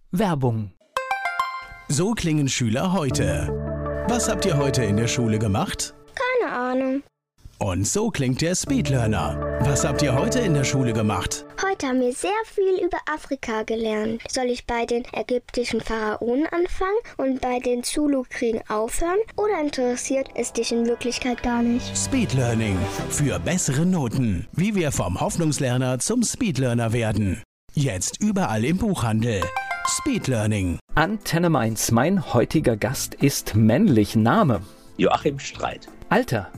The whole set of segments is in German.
Werbung. So klingen Schüler heute. Was habt ihr heute in der Schule gemacht? Keine Ahnung. Und so klingt der Speedlearner. Was habt ihr heute in der Schule gemacht? Heute haben wir sehr viel über Afrika gelernt. Soll ich bei den ägyptischen Pharaonen anfangen und bei den Zulu-Kriegen aufhören? Oder interessiert es dich in Wirklichkeit gar nicht? Speedlearning. Für bessere Noten. Wie wir vom Hoffnungslerner zum Speedlearner werden. Jetzt überall im Buchhandel. Speedlearning. Antenne Mainz. Mein heutiger Gast ist männlich. Name? Joachim Streit. Alter?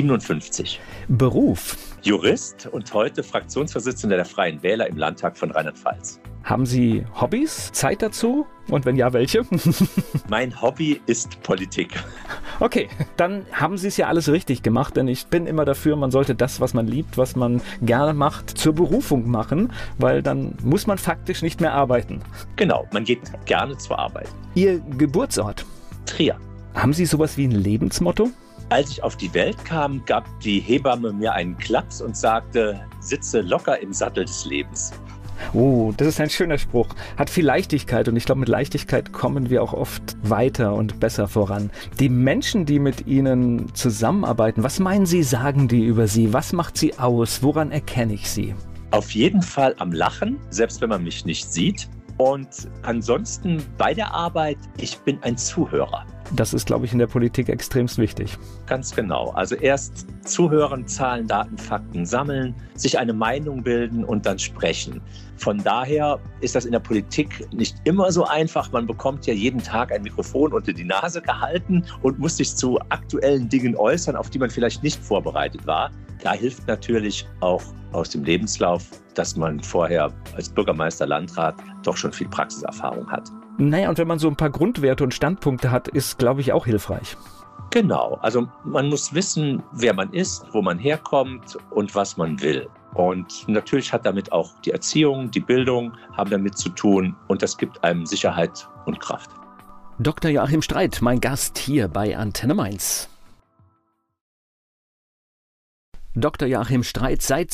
57. Beruf? Jurist und heute Fraktionsvorsitzender der Freien Wähler im Landtag von Rheinland-Pfalz. Haben Sie Hobbys? Zeit dazu? Und wenn ja, welche? Mein Hobby ist Politik. Okay, dann haben Sie es ja alles richtig gemacht, denn ich bin immer dafür, man sollte das, was man liebt, was man gerne macht, zur Berufung machen, weil dann muss man faktisch nicht mehr arbeiten. Genau, man geht gerne zur Arbeit. Ihr Geburtsort? Trier. Haben Sie sowas wie ein Lebensmotto? Als ich auf die Welt kam, gab die Hebamme mir einen Klaps und sagte, sitze locker im Sattel des Lebens. Oh, das ist ein schöner Spruch. Hat viel Leichtigkeit und ich glaube, mit Leichtigkeit kommen wir auch oft weiter und besser voran. Die Menschen, die mit Ihnen zusammenarbeiten, was meinen Sie, sagen die über Sie? Was macht Sie aus? Woran erkenne ich Sie? Auf jeden Fall am Lachen, selbst wenn man mich nicht sieht. Und ansonsten bei der Arbeit, ich bin ein Zuhörer. Das ist, glaube ich, in der Politik extremst wichtig. Ganz genau. Also erst zuhören, Zahlen, Daten, Fakten sammeln, sich eine Meinung bilden und dann sprechen. Von daher ist das in der Politik nicht immer so einfach. Man bekommt ja jeden Tag ein Mikrofon unter die Nase gehalten und muss sich zu aktuellen Dingen äußern, auf die man vielleicht nicht vorbereitet war. Da hilft natürlich auch aus dem Lebenslauf, dass man vorher als Bürgermeister, Landrat doch schon viel Praxiserfahrung hat. Naja, und wenn man so ein paar Grundwerte und Standpunkte hat, ist, glaube ich, auch hilfreich. Genau, also man muss wissen, wer man ist, wo man herkommt und was man will. Und natürlich hat damit auch die Erziehung, die Bildung haben damit zu tun und das gibt einem Sicherheit und Kraft. Dr. Joachim Streit, mein Gast hier bei Antenne Mainz. Dr. Joachim Streit, seit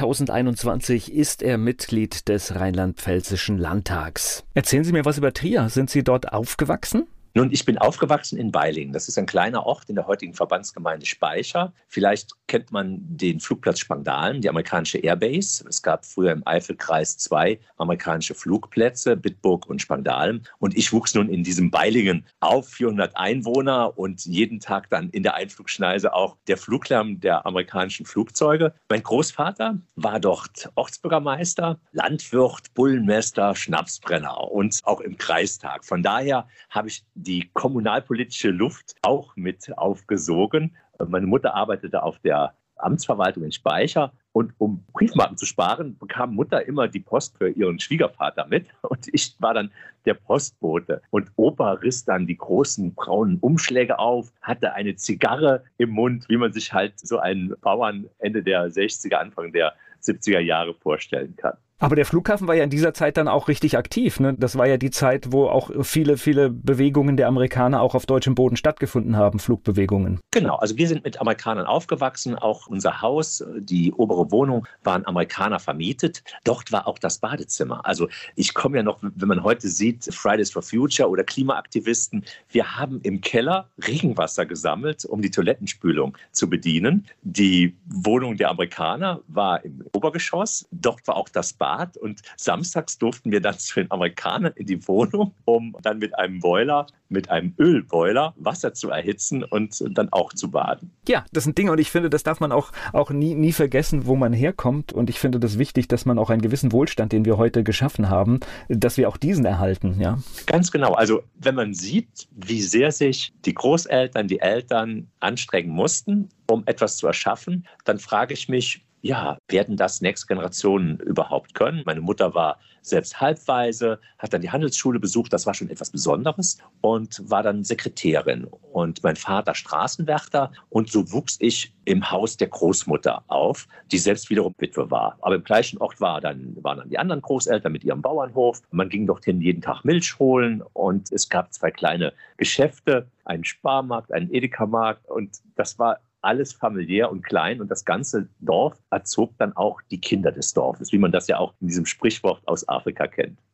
2021 ist er Mitglied des Rheinland-Pfälzischen Landtags. Erzählen Sie mir was über Trier. Sind Sie dort aufgewachsen? Nun, ich bin aufgewachsen in Beilingen. Das ist ein kleiner Ort in der heutigen Verbandsgemeinde Speicher. Vielleicht kennt man den Flugplatz Spangdalen, die amerikanische Airbase. Es gab früher im Eifelkreis 2 amerikanische Flugplätze, Bitburg und Spangdalen. Und ich wuchs nun in diesem Beilingen auf, 400 Einwohner und jeden Tag dann in der Einflugschneise auch der Fluglärm der amerikanischen Flugzeuge. Mein Großvater war dort Ortsbürgermeister, Landwirt, Bullenmeister, Schnapsbrenner und auch im Kreistag. Von daher habe ich die kommunalpolitische Luft auch mit aufgesogen. Meine Mutter arbeitete auf der Amtsverwaltung in Speicher und um Briefmarken zu sparen, bekam Mutter immer die Post für ihren Schwiegervater mit und ich war dann der Postbote. Und Opa riss dann die großen braunen Umschläge auf, hatte eine Zigarre im Mund, wie man sich halt so einen Bauern Ende der 60er, Anfang der 70er Jahre vorstellen kann. Aber der Flughafen war ja in dieser Zeit dann auch richtig aktiv, ne? Das war ja die Zeit, wo auch viele Bewegungen der Amerikaner auch auf deutschem Boden stattgefunden haben, Flugbewegungen. Genau, also wir sind mit Amerikanern aufgewachsen. Auch unser Haus, die obere Wohnung, waren Amerikaner vermietet. Dort war auch das Badezimmer. Also ich komme ja noch, wenn man heute sieht, Fridays for Future oder Klimaaktivisten, wir haben im Keller Regenwasser gesammelt, um die Toilettenspülung zu bedienen. Die Wohnung der Amerikaner war im Obergeschoss. Dort war auch das Bad. Und samstags durften wir dann zu den Amerikanern in die Wohnung, um dann mit einem Boiler, mit einem Ölboiler Wasser zu erhitzen und dann auch zu baden. Ja, das sind Dinge und ich finde, das darf man auch nie vergessen, wo man herkommt. Und ich finde das wichtig, dass man auch einen gewissen Wohlstand, den wir heute geschaffen haben, dass wir auch diesen erhalten. Ja? Ganz genau. Also wenn man sieht, wie sehr sich die Großeltern, die Eltern anstrengen mussten, um etwas zu erschaffen, dann frage ich mich, ja, werden das nächste Generationen überhaupt können? Meine Mutter war selbst halbwaise, hat dann die Handelsschule besucht, das war schon etwas Besonderes und war dann Sekretärin und mein Vater Straßenwärter und so wuchs ich im Haus der Großmutter auf, die selbst wiederum Witwe war. Aber im gleichen Ort waren dann die anderen Großeltern mit ihrem Bauernhof. Man ging dorthin jeden Tag Milch holen und es gab 2 kleine Geschäfte, einen Sparmarkt, einen Edeka-Markt und das war alles familiär und klein und das ganze Dorf erzog dann auch die Kinder des Dorfes, wie man das ja auch in diesem Sprichwort aus Afrika kennt.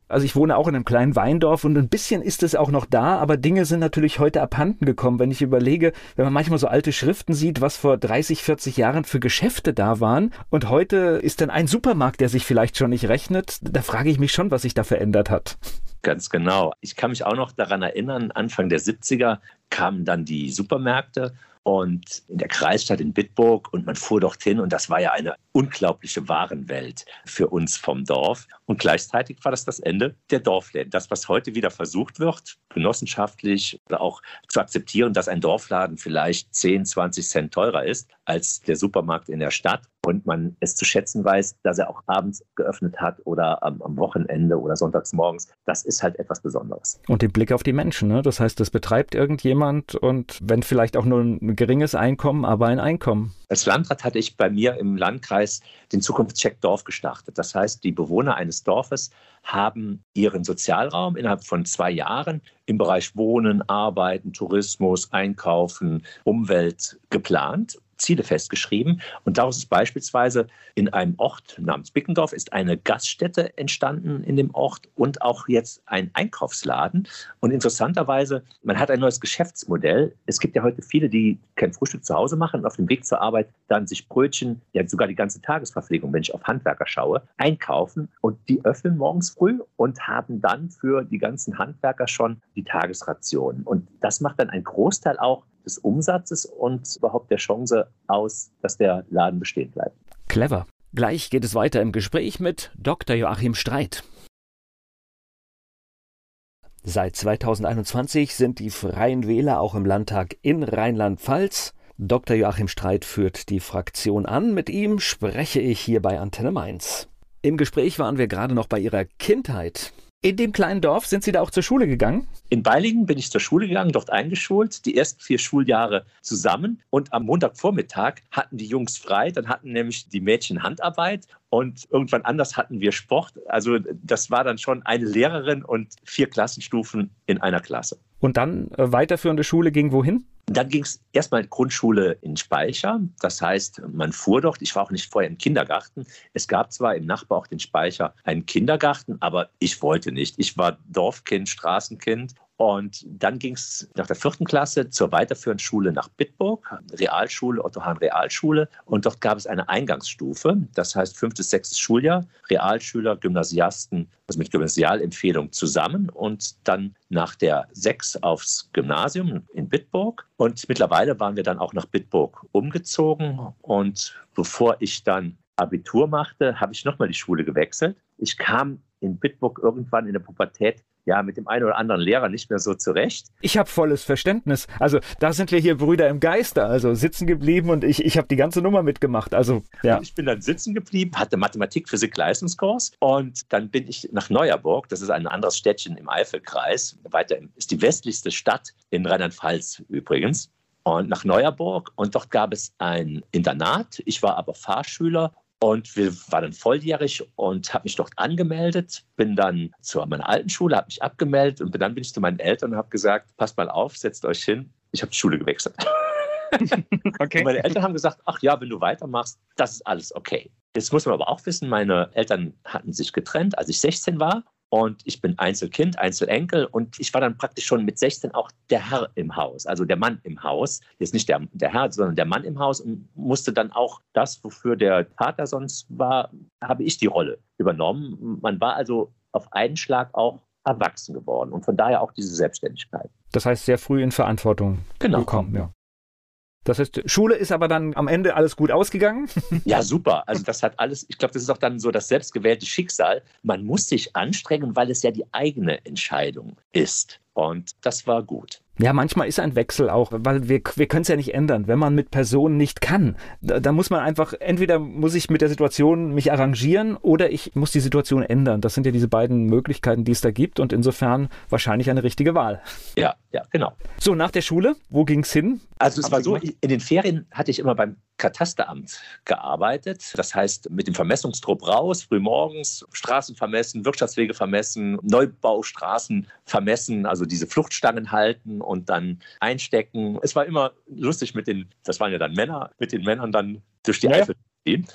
Also ich wohne auch in einem kleinen Weindorf und ein bisschen ist es auch noch da, aber Dinge sind natürlich heute abhanden gekommen. Wenn ich überlege, wenn man manchmal so alte Schriften sieht, was vor 30, 40 Jahren für Geschäfte da waren und heute ist dann ein Supermarkt, der sich vielleicht schon nicht rechnet, da frage ich mich schon, was sich da verändert hat. Ganz genau. Ich kann mich auch noch daran erinnern, Anfang der 70er kamen dann die Supermärkte und in der Kreisstadt in Bitburg und man fuhr dorthin und das war ja eine unglaubliche Warenwelt für uns vom Dorf. Und gleichzeitig war das Ende der Dorfläden. Das, was heute wieder versucht wird, genossenschaftlich oder auch zu akzeptieren, dass ein Dorfladen vielleicht 10, 20 Cent teurer ist als der Supermarkt in der Stadt und man es zu schätzen weiß, dass er auch abends geöffnet hat oder am Wochenende oder sonntags morgens. Das ist halt etwas Besonderes. Und den Blick auf die Menschen, ne? Das heißt, das betreibt irgendjemand und wenn vielleicht auch nur ein geringes Einkommen, aber ein Einkommen. Als Landrat hatte ich bei mir im Landkreis den Zukunftscheck Dorf gestartet. Das heißt, die Bewohner eines Dorfes haben ihren Sozialraum innerhalb von 2 Jahren im Bereich Wohnen, Arbeiten, Tourismus, Einkaufen, Umwelt geplant, Ziele festgeschrieben. Und daraus ist beispielsweise in einem Ort namens Bickendorf ist eine Gaststätte entstanden in dem Ort und auch jetzt ein Einkaufsladen. Und interessanterweise, man hat ein neues Geschäftsmodell. Es gibt ja heute viele, die kein Frühstück zu Hause machen und auf dem Weg zur Arbeit dann sich Brötchen, ja sogar die ganze Tagesverpflegung, wenn ich auf Handwerker schaue, einkaufen. Und die öffnen morgens früh und haben dann für die ganzen Handwerker schon die Tagesration. Und das macht dann einen Großteil auch des Umsatzes und überhaupt der Chance aus, dass der Laden bestehen bleibt. Clever. Gleich geht es weiter im Gespräch mit Dr. Joachim Streit. Seit 2021 sind die Freien Wähler auch im Landtag in Rheinland-Pfalz. Dr. Joachim Streit führt die Fraktion an. Mit ihm spreche ich hier bei Antenne Mainz. Im Gespräch waren wir gerade noch bei Ihrer Kindheit. In dem kleinen Dorf sind Sie da auch zur Schule gegangen? In Beilingen bin ich zur Schule gegangen, dort eingeschult, die ersten 4 Schuljahre zusammen. Und am Montagvormittag hatten die Jungs frei, dann hatten nämlich die Mädchen Handarbeit und irgendwann anders hatten wir Sport. Also das war dann schon eine Lehrerin und 4 Klassenstufen in einer Klasse. Und dann weiterführende Schule ging wohin? Dann ging es erstmal in Grundschule in Speicher. Das heißt, man fuhr dort. Ich war auch nicht vorher im Kindergarten. Es gab zwar im Nachbarort in Speicher einen Kindergarten, aber ich wollte nicht. Ich war Dorfkind, Straßenkind. Und dann ging es nach der 4. Klasse zur weiterführenden Schule nach Bitburg, Realschule, Otto-Hahn-Realschule. Und dort gab es eine Eingangsstufe, das heißt 5. bis 6. Schuljahr, Realschüler, Gymnasiasten, also mit Gymnasialempfehlung zusammen und dann nach der 6 aufs Gymnasium in Bitburg. Und mittlerweile waren wir dann auch nach Bitburg umgezogen. Und bevor ich dann Abitur machte, habe ich nochmal die Schule gewechselt. Ich kam in Bitburg irgendwann in der Pubertät mit dem einen oder anderen Lehrer nicht mehr so zurecht. Ich habe volles Verständnis. Also da sind wir hier Brüder im Geiste, also sitzen geblieben und ich habe die ganze Nummer mitgemacht. Also ja. Ich bin dann sitzen geblieben, hatte Mathematik, Physik, Leistungskurs und dann bin ich nach Neuerburg, das ist ein anderes Städtchen im Eifelkreis, ist die westlichste Stadt in Rheinland-Pfalz übrigens. Und nach Neuerburg und dort gab es ein Internat. Ich war aber Fahrschüler. Und wir waren dann volljährig und habe mich dort angemeldet, bin dann zu meiner alten Schule, habe mich abgemeldet und dann bin ich zu meinen Eltern und habe gesagt, passt mal auf, setzt euch hin, ich habe die Schule gewechselt. Okay. Und meine Eltern haben gesagt, ach ja, wenn du weitermachst, das ist alles okay. Jetzt muss man aber auch wissen, meine Eltern hatten sich getrennt, als ich 16 war. Und ich bin Einzelkind, Einzelenkel und ich war dann praktisch schon mit 16 auch der Herr im Haus, also der Mann im Haus. Jetzt nicht der Herr, sondern der Mann im Haus und musste dann auch das, wofür der Vater sonst war, habe ich die Rolle übernommen. Man war also auf einen Schlag auch erwachsen geworden und von daher auch diese Selbstständigkeit. Das heißt, sehr früh in Verantwortung gekommen. Ja. Das heißt, Schule ist aber dann am Ende alles gut ausgegangen? Ja, super. Also das hat alles, ich glaube, das ist auch dann so das selbstgewählte Schicksal. Man muss sich anstrengen, weil es ja die eigene Entscheidung ist. Und das war gut. Ja, manchmal ist ein Wechsel auch, weil wir können es ja nicht ändern, wenn man mit Personen nicht kann. Da muss man einfach, entweder muss ich mit der Situation mich arrangieren oder ich muss die Situation ändern. Das sind ja diese beiden Möglichkeiten, die es da gibt und insofern wahrscheinlich eine richtige Wahl. Ja, genau. So, nach der Schule, wo ging es hin? Also es war so, in den Ferien hatte ich immer beim Katasteramt gearbeitet. Das heißt, mit dem Vermessungstrupp raus, frühmorgens Straßen vermessen, Wirtschaftswege vermessen, Neubaustraßen vermessen, also diese Fluchtstangen halten und dann einstecken. Es war immer lustig das waren ja dann Männer, mit den Männern dann durch die Eifel gehen.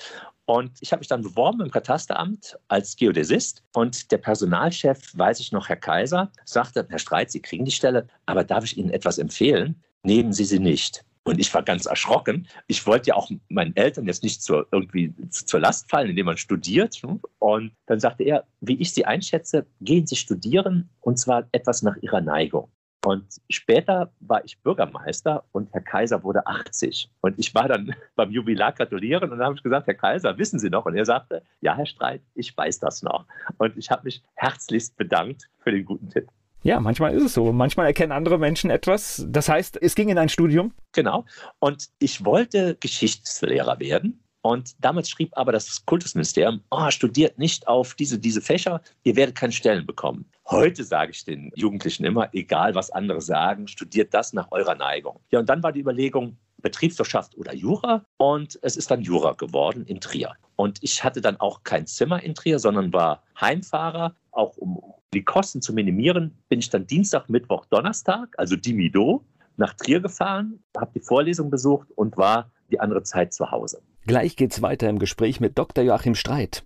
Und ich habe mich dann beworben im Katasteramt als Geodäsist. Und der Personalchef, weiß ich noch, Herr Kaiser, sagte, Herr Streit, Sie kriegen die Stelle, aber darf ich Ihnen etwas empfehlen? Nehmen Sie sie nicht. Und ich war ganz erschrocken. Ich wollte ja auch meinen Eltern jetzt nicht irgendwie zur Last fallen, indem man studiert. Und dann sagte er, wie ich Sie einschätze, gehen Sie studieren und zwar etwas nach Ihrer Neigung. Und später war ich Bürgermeister und Herr Kaiser wurde 80. Und ich war dann beim Jubilar gratulieren und dann habe ich gesagt, Herr Kaiser, wissen Sie noch? Und er sagte, ja, Herr Streit, ich weiß das noch. Und ich habe mich herzlichst bedankt für den guten Tipp. Ja, manchmal ist es so. Manchmal erkennen andere Menschen etwas. Das heißt, es ging in ein Studium? Genau. Und ich wollte Geschichtslehrer werden. Und damals schrieb aber das Kultusministerium, studiert nicht auf diese Fächer, ihr werdet keine Stellen bekommen. Heute sage ich den Jugendlichen immer, egal was andere sagen, studiert das nach eurer Neigung. Ja, und dann war die Überlegung, Betriebswirtschaft oder Jura. Und es ist dann Jura geworden in Trier. Und ich hatte dann auch kein Zimmer in Trier, sondern war Heimfahrer. Auch um die Kosten zu minimieren, bin ich dann Dienstag, Mittwoch, Donnerstag, also Dimido, nach Trier gefahren, habe die Vorlesung besucht und war die andere Zeit zu Hause. Gleich geht's weiter im Gespräch mit Dr. Joachim Streit.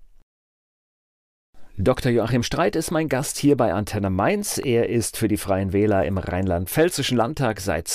Dr. Joachim Streit ist mein Gast hier bei Antenne Mainz. Er ist für die Freien Wähler im Rheinland-Pfälzischen Landtag seit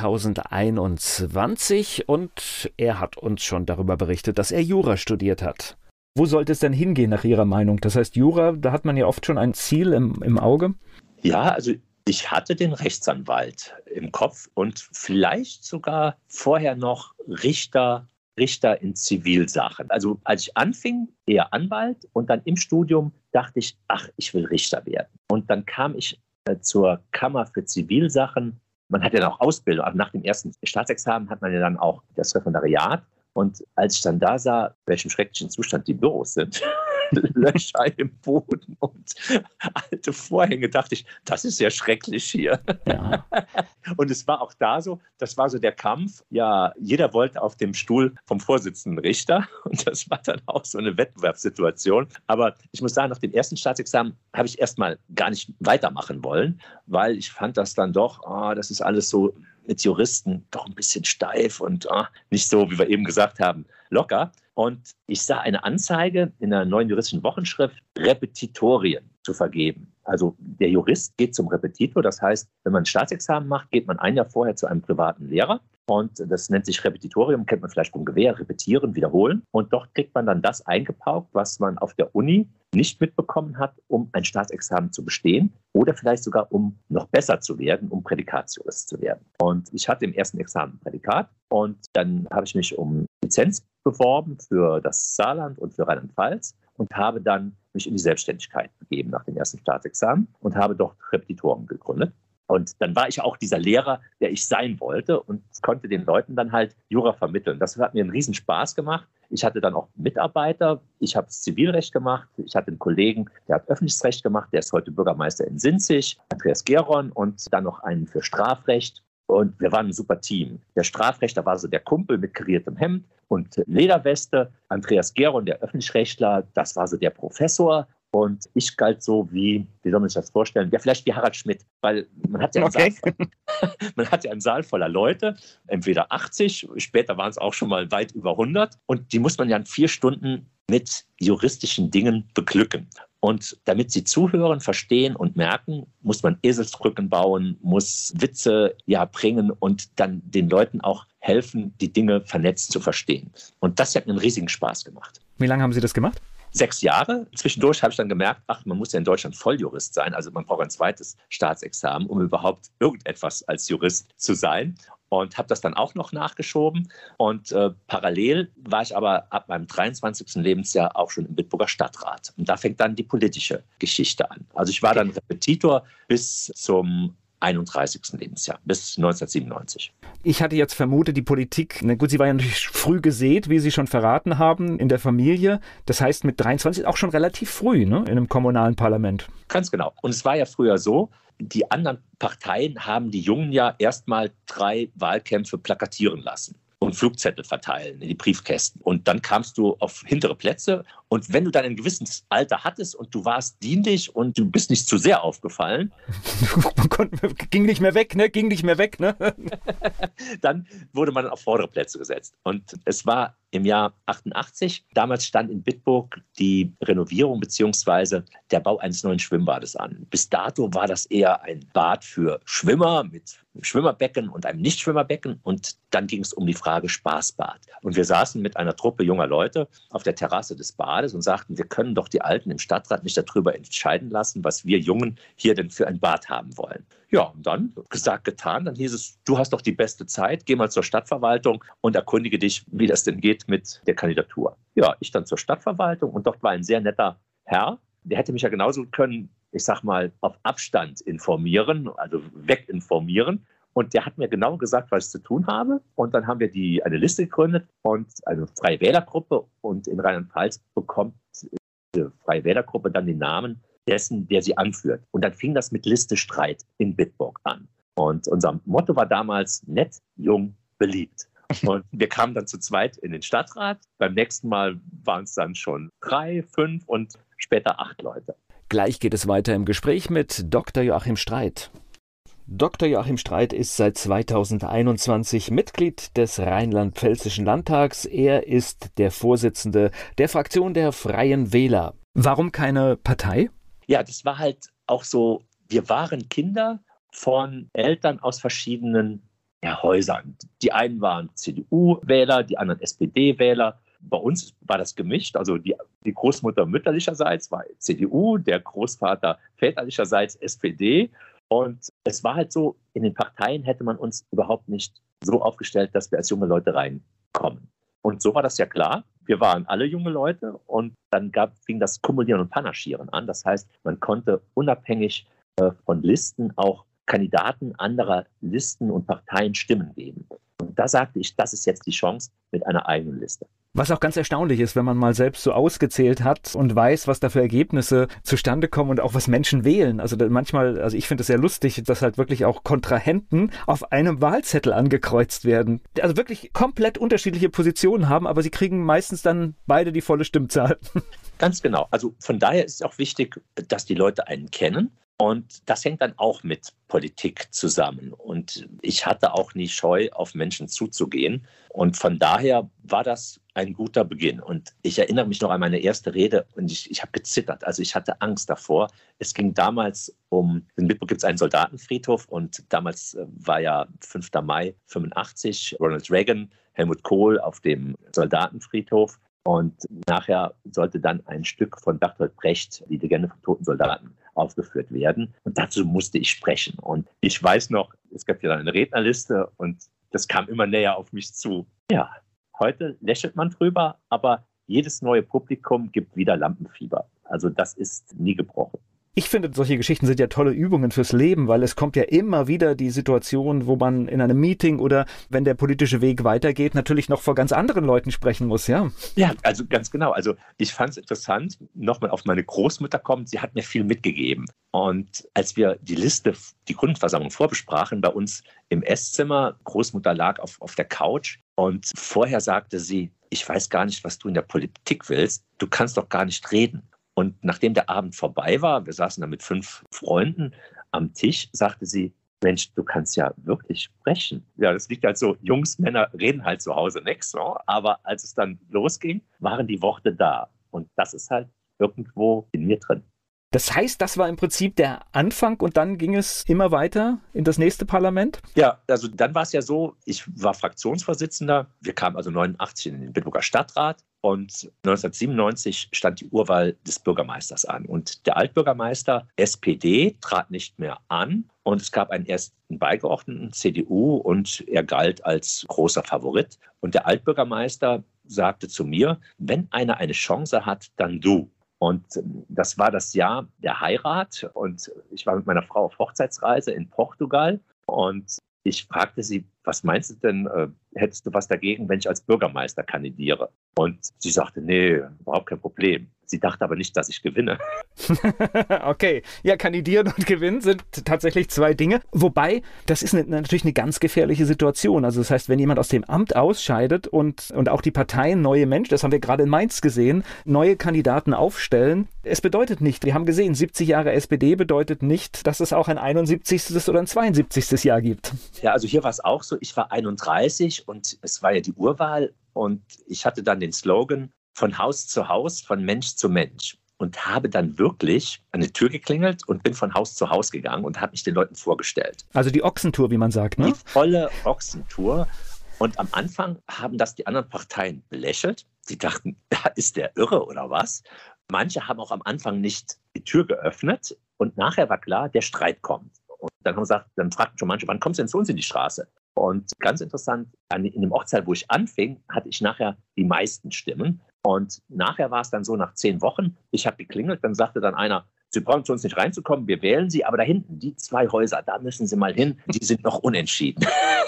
2021 und er hat uns schon darüber berichtet, dass er Jura studiert hat. Wo sollte es denn hingehen nach Ihrer Meinung? Das heißt, Jura, da hat man ja oft schon ein Ziel im Auge. Ja, also ich hatte den Rechtsanwalt im Kopf und vielleicht sogar vorher noch Richter in Zivilsachen. Also als ich anfing, eher Anwalt und dann im Studium dachte ich, ich will Richter werden. Und dann kam ich zur Kammer für Zivilsachen. Man hat ja noch Ausbildung, aber nach dem ersten Staatsexamen hat man ja dann auch das Referendariat. Und als ich dann da sah, welchem schrecklichen Zustand die Büros sind, Löcher im Boden und alte Vorhänge, dachte ich, das ist ja schrecklich hier. Ja. Und es war auch da so, das war so der Kampf, ja, jeder wollte auf dem Stuhl vom Vorsitzenden Richter und das war dann auch so eine Wettbewerbssituation. Aber ich muss sagen, nach dem ersten Staatsexamen habe ich erstmal gar nicht weitermachen wollen, weil ich fand das dann doch, das ist alles so mit Juristen doch ein bisschen steif und nicht so, wie wir eben gesagt haben, locker. Und ich sah eine Anzeige in einer neuen juristischen Wochenschrift, Repetitorien zu vergeben. Also der Jurist geht zum Repetitor, das heißt, wenn man ein Staatsexamen macht, geht man ein Jahr vorher zu einem privaten Lehrer. Und das nennt sich Repetitorium, kennt man vielleicht vom Gewehr, repetieren, wiederholen. Und dort kriegt man dann das eingepaukt, was man auf der Uni nicht mitbekommen hat, um ein Staatsexamen zu bestehen oder vielleicht sogar, um noch besser zu werden, um Prädikatsjurist zu werden. Und ich hatte im ersten Examen ein Prädikat und dann habe ich mich um Lizenz beworben für das Saarland und für Rheinland-Pfalz und habe dann mich in die Selbstständigkeit begeben nach dem ersten Staatsexamen und habe dort Repetitoren gegründet. Und dann war ich auch dieser Lehrer, der ich sein wollte und konnte den Leuten dann halt Jura vermitteln. Das hat mir einen riesen Spaß gemacht. Ich hatte dann auch Mitarbeiter. Ich habe Zivilrecht gemacht. Ich hatte einen Kollegen, der hat öffentliches Recht gemacht. Der ist heute Bürgermeister in Sinzig, Andreas Geron, und dann noch einen für Strafrecht. Und wir waren ein super Team. Der Strafrechtler war so der Kumpel mit kariertem Hemd und Lederweste. Andreas Geron, der Öffentlichrechtler, das war so der Professor. Und ich galt so wie soll man sich das vorstellen? Ja, vielleicht wie Harald Schmidt, weil man hat ja einen Saal voller Leute, entweder 80, später waren es auch schon mal weit über 100. Und die muss man ja in 4 Stunden mit juristischen Dingen beglücken. Und damit sie zuhören, verstehen und merken, muss man Eselsbrücken bauen, muss Witze bringen und dann den Leuten auch helfen, die Dinge vernetzt zu verstehen. Und das hat mir einen riesigen Spaß gemacht. Wie lange haben Sie das gemacht? 6 Jahre. Zwischendurch habe ich dann gemerkt, man muss ja in Deutschland Volljurist sein. Also man braucht ein zweites Staatsexamen, um überhaupt irgendetwas als Jurist zu sein. Und habe das dann auch noch nachgeschoben. Und parallel war ich aber ab meinem 23. Lebensjahr auch schon im Bitburger Stadtrat. Und da fängt dann die politische Geschichte an. Also ich war dann Repetitor bis zum 31. Lebensjahr, bis 1997. Ich hatte jetzt vermutet, die Politik, Sie war ja natürlich früh gesät, wie Sie schon verraten haben, in der Familie. Das heißt, mit 23 auch schon relativ früh, ne, in einem kommunalen Parlament. Ganz genau. Und es war ja früher so, die anderen Parteien haben die Jungen ja erstmal 3 Wahlkämpfe plakatieren lassen und Flugzettel verteilen in die Briefkästen. Und dann kamst du auf hintere Plätze Und wenn du dann ein gewisses Alter hattest und du warst dienlich und du bist nicht zu sehr aufgefallen, ging nicht mehr weg, ne? dann wurde man auf vordere Plätze gesetzt. Und es war im Jahr 88. Damals stand in Bitburg die Renovierung bzw. der Bau eines neuen Schwimmbades an. Bis dato war das eher ein Bad für Schwimmer mit Schwimmerbecken und einem Nichtschwimmerbecken. Und dann ging es um die Frage Spaßbad. Und wir saßen mit einer Truppe junger Leute auf der Terrasse des Bades und sagten, wir können doch die Alten im Stadtrat nicht darüber entscheiden lassen, was wir Jungen hier denn für ein Bad haben wollen. Ja, und dann, gesagt, getan, dann hieß es, du hast doch die beste Zeit, geh mal zur Stadtverwaltung und erkundige dich, wie das denn geht mit der Kandidatur. Ja, ich dann zur Stadtverwaltung und dort war ein sehr netter Herr, der hätte mich ja genauso können, ich sag mal, auf Abstand informieren, also weginformieren. Und der hat mir genau gesagt, was ich zu tun habe. Und dann haben wir eine Liste gegründet und eine Freie Wählergruppe. Und in Rheinland-Pfalz bekommt diese Freie Wählergruppe dann den Namen dessen, der sie anführt. Und dann fing das mit Liste Streit in Bitburg an. Und unser Motto war damals nett, jung, beliebt. Und wir kamen dann zu zweit in den Stadtrat. Beim nächsten Mal waren es dann schon 3, 5 und später 8 Leute. Gleich geht es weiter im Gespräch mit Dr. Joachim Streit. Dr. Joachim Streit ist seit 2021 Mitglied des Rheinland-Pfälzischen Landtags. Er ist der Vorsitzende der Fraktion der Freien Wähler. Warum keine Partei? Ja, das war halt auch so, wir waren Kinder von Eltern aus verschiedenen Häusern. Die einen waren CDU-Wähler, die anderen SPD-Wähler. Bei uns war das gemischt, also die Großmutter mütterlicherseits war CDU, der Großvater väterlicherseits SPD. Und es war halt so, in den Parteien hätte man uns überhaupt nicht so aufgestellt, dass wir als junge Leute reinkommen. Und so war das ja klar. Wir waren alle junge Leute und dann fing das Kumulieren und Panaschieren an. Das heißt, man konnte unabhängig von Listen auch Kandidaten anderer Listen und Parteien Stimmen geben. Und da sagte ich, das ist jetzt die Chance mit einer eigenen Liste. Was auch ganz erstaunlich ist, wenn man mal selbst so ausgezählt hat und weiß, was da für Ergebnisse zustande kommen und auch was Menschen wählen. Also manchmal, ich finde es sehr lustig, dass halt wirklich auch Kontrahenten auf einem Wahlzettel angekreuzt werden. Also wirklich komplett unterschiedliche Positionen haben, aber sie kriegen meistens dann beide die volle Stimmzahl. Ganz genau. Also von daher ist es auch wichtig, dass die Leute einen kennen. Und das hängt dann auch mit Politik zusammen. Und ich hatte auch nie Scheu, auf Menschen zuzugehen. Und von daher war das ein guter Beginn. Und ich erinnere mich noch an meine erste Rede und ich habe gezittert. Also ich hatte Angst davor. Es ging damals in Bitburg gibt es einen Soldatenfriedhof und damals war ja 5. Mai 85, Ronald Reagan, Helmut Kohl auf dem Soldatenfriedhof. Und nachher sollte dann ein Stück von Bertolt Brecht, die Legende vom toten Soldaten, aufgeführt werden. Und dazu musste ich sprechen. Und ich weiß noch, es gab ja dann eine Rednerliste und das kam immer näher auf mich zu. Ja, heute lächelt man drüber, aber jedes neue Publikum gibt wieder Lampenfieber. Also das ist nie gebrochen. Ich finde, solche Geschichten sind ja tolle Übungen fürs Leben, weil es kommt ja immer wieder die Situation, wo man in einem Meeting oder wenn der politische Weg weitergeht, natürlich noch vor ganz anderen Leuten sprechen muss, ja? Ja, also ganz genau. Also ich fand es interessant, nochmal auf meine Großmutter kommen, sie hat mir viel mitgegeben. Und als wir die Grundversammlung vorbesprachen, bei uns im Esszimmer, Großmutter lag auf der Couch und vorher sagte sie, ich weiß gar nicht, was du in der Politik willst, du kannst doch gar nicht reden. Und nachdem der Abend vorbei war, wir saßen da mit 5 Freunden am Tisch, sagte sie, Mensch, du kannst ja wirklich sprechen. Ja, das liegt halt so, Jungs, Männer reden halt zu Hause nichts. No? Aber als es dann losging, waren die Worte da. Und das ist halt irgendwo in mir drin. Das heißt, das war im Prinzip der Anfang und dann ging es immer weiter in das nächste Parlament? Ja, also dann war es ja so, ich war Fraktionsvorsitzender. Wir kamen also 89 in den Bitburger Stadtrat und 1997 stand die Urwahl des Bürgermeisters an. Und der Altbürgermeister SPD trat nicht mehr an und es gab einen ersten Beigeordneten, CDU, und er galt als großer Favorit. Und der Altbürgermeister sagte zu mir, wenn einer eine Chance hat, dann du. Und das war das Jahr der Heirat und ich war mit meiner Frau auf Hochzeitsreise in Portugal und ich fragte sie, was meinst du denn, hättest du was dagegen, wenn ich als Bürgermeister kandidiere? Und sie sagte, nee, überhaupt kein Problem. Sie dachte aber nicht, dass ich gewinne. Okay, ja, kandidieren und gewinnen sind tatsächlich zwei Dinge. Wobei, das ist natürlich eine ganz gefährliche Situation. Also das heißt, wenn jemand aus dem Amt ausscheidet und auch die Parteien neue Menschen, das haben wir gerade in Mainz gesehen, neue Kandidaten aufstellen, es bedeutet nicht, wir haben gesehen, 70 Jahre SPD bedeutet nicht, dass es auch ein 71. oder ein 72. Jahr gibt. Ja, also hier war es auch so, ich war 31 und es war ja die Urwahl und ich hatte dann den Slogan, von Haus zu Haus, von Mensch zu Mensch. Und habe dann wirklich an die Tür geklingelt und bin von Haus zu Haus gegangen und habe mich den Leuten vorgestellt. Also die Ochsentour, wie man sagt, ne? Die volle Ochsentour. Und am Anfang haben das die anderen Parteien belächelt. Sie dachten, ist der irre oder was? Manche haben auch am Anfang nicht die Tür geöffnet. Und nachher war klar, der Streit kommt. Und dann haben gesagt, dann fragten schon manche, wann kommst du denn zu uns in die Straße? Und ganz interessant, in dem Ortsteil, wo ich anfing, hatte ich nachher die meisten Stimmen. Und nachher war es dann so, nach 10 Wochen, ich habe geklingelt, dann sagte dann einer, Sie brauchen zu uns nicht reinzukommen, wir wählen Sie, aber da hinten, die 2 Häuser, da müssen Sie mal hin, die sind noch unentschieden.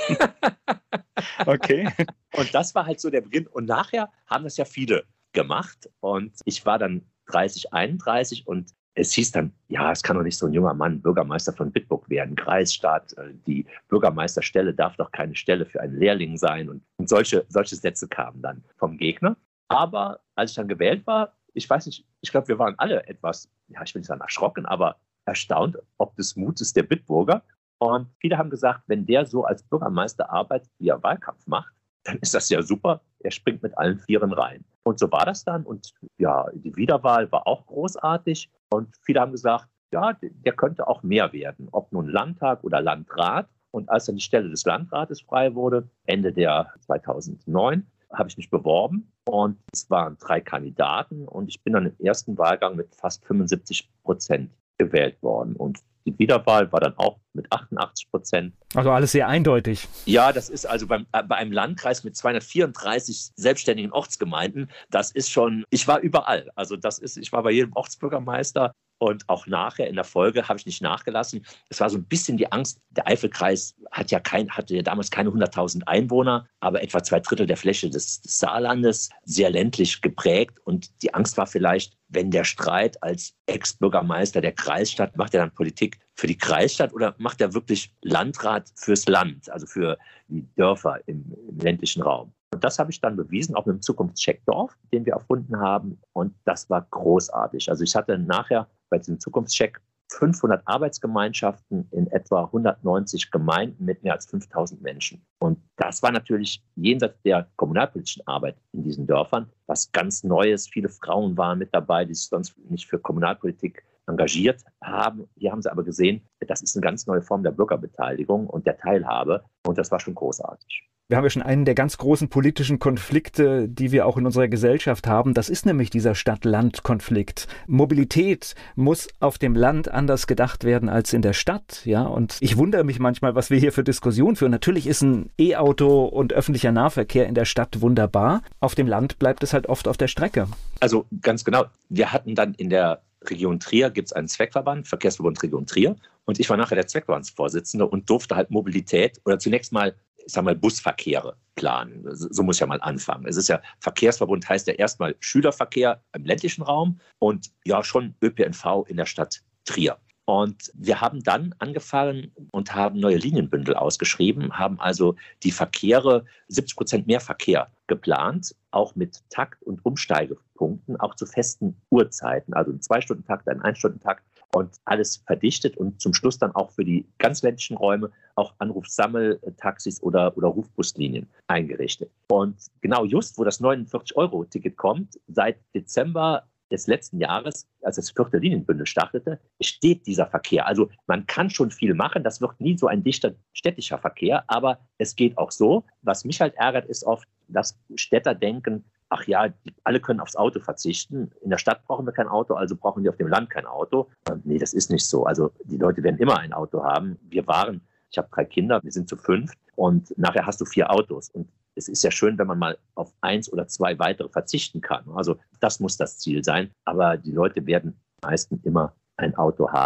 Okay. Und das war halt so der Beginn. Und nachher haben das ja viele gemacht. Und ich war dann 30, 31 und es hieß dann, ja, es kann doch nicht so ein junger Mann Bürgermeister von Bitburg werden, Kreisstadt, die Bürgermeisterstelle darf doch keine Stelle für einen Lehrling sein. Und solche Sätze kamen dann vom Gegner. Aber als ich dann gewählt war, ich weiß nicht, ich glaube, wir waren alle etwas, ja, ich will nicht sagen erschrocken, aber erstaunt, ob des Mutes der Bitburger. Und viele haben gesagt, wenn der so als Bürgermeister arbeitet, wie er Wahlkampf macht, dann ist das ja super. Er springt mit allen Vieren rein. Und so war das dann. Und ja, die Wiederwahl war auch großartig. Und viele haben gesagt, ja, der könnte auch mehr werden, ob nun Landtag oder Landrat. Und als dann die Stelle des Landrates frei wurde, Ende der 2009, habe ich mich beworben. Und es waren 3 Kandidaten. Und ich bin dann im ersten Wahlgang mit fast 75% gewählt worden. Und die Wiederwahl war dann auch mit 88%. Also alles sehr eindeutig. Ja, das ist also bei einem Landkreis mit 234 selbstständigen Ortsgemeinden, das ist schon, ich war überall. Also ich war bei jedem Ortsbürgermeister und auch nachher in der Folge habe ich nicht nachgelassen. Es war so ein bisschen die Angst, der Eifelkreis hatte ja damals keine 100.000 Einwohner, aber etwa 2/3 der Fläche des Saarlandes, sehr ländlich geprägt. Und die Angst war vielleicht, wenn der Streit als Ex-Bürgermeister der Kreisstadt, macht er dann Politik für die Kreisstadt oder macht er wirklich Landrat fürs Land, also für die Dörfer im ländlichen Raum? Und das habe ich dann bewiesen, auch mit dem Zukunftscheck Dorf, den wir erfunden haben. Und das war großartig. Also ich hatte nachher bei diesem Zukunftscheck 500 Arbeitsgemeinschaften in etwa 190 Gemeinden mit mehr als 5.000 Menschen. Und das war natürlich jenseits der kommunalpolitischen Arbeit in diesen Dörfern was ganz Neues. Viele Frauen waren mit dabei, die sich sonst nicht für Kommunalpolitik engagiert haben. Hier haben sie aber gesehen, das ist eine ganz neue Form der Bürgerbeteiligung und der Teilhabe. Und das war schon großartig. Wir haben ja schon einen der ganz großen politischen Konflikte, die wir auch in unserer Gesellschaft haben. Das ist nämlich dieser Stadt-Land-Konflikt. Mobilität muss auf dem Land anders gedacht werden als in der Stadt. Ja, und ich wundere mich manchmal, was wir hier für Diskussionen führen. Natürlich ist ein E-Auto und öffentlicher Nahverkehr in der Stadt wunderbar. Auf dem Land bleibt es halt oft auf der Strecke. Also ganz genau. Wir hatten dann in der Region Trier gibt es einen Zweckverband, Verkehrsverbund Region Trier. Und ich war nachher der Zweckverbandsvorsitzende und durfte halt Mobilität oder zunächst mal, ich sag mal, Busverkehre planen. So muss ich ja mal anfangen. Es ist ja, Verkehrsverbund heißt ja erstmal Schülerverkehr im ländlichen Raum und ja schon ÖPNV in der Stadt Trier. Und wir haben dann angefangen und haben neue Linienbündel ausgeschrieben, haben also die Verkehre, 70% mehr Verkehr geplant, auch mit Takt- und Umsteigepunkten, auch zu festen Uhrzeiten, also ein 2-Stunden-Takt, ein 1-Stunden-Takt und alles verdichtet und zum Schluss dann auch für die ganz ländlichen Räume auch Anrufsammeltaxis oder Rufbuslinien eingerichtet. Und genau just, wo das 49-Euro-Ticket kommt, seit Dezember des letzten Jahres, als das 4. Linienbündel startete, steht dieser Verkehr. Also man kann schon viel machen, das wird nie so ein dichter städtischer Verkehr, aber es geht auch so. Was mich halt ärgert, ist oft, dass Städter denken, ach ja, alle können aufs Auto verzichten. In der Stadt brauchen wir kein Auto, also brauchen die auf dem Land kein Auto. Nee, das ist nicht so. Also die Leute werden immer ein Auto haben. Ich habe 3 Kinder, wir sind zu 5 und nachher hast du 4 Autos. Und es ist ja schön, wenn man mal auf 1 oder 2 weitere verzichten kann. Also das muss das Ziel sein. Aber die Leute werden meistens immer ein Auto haben.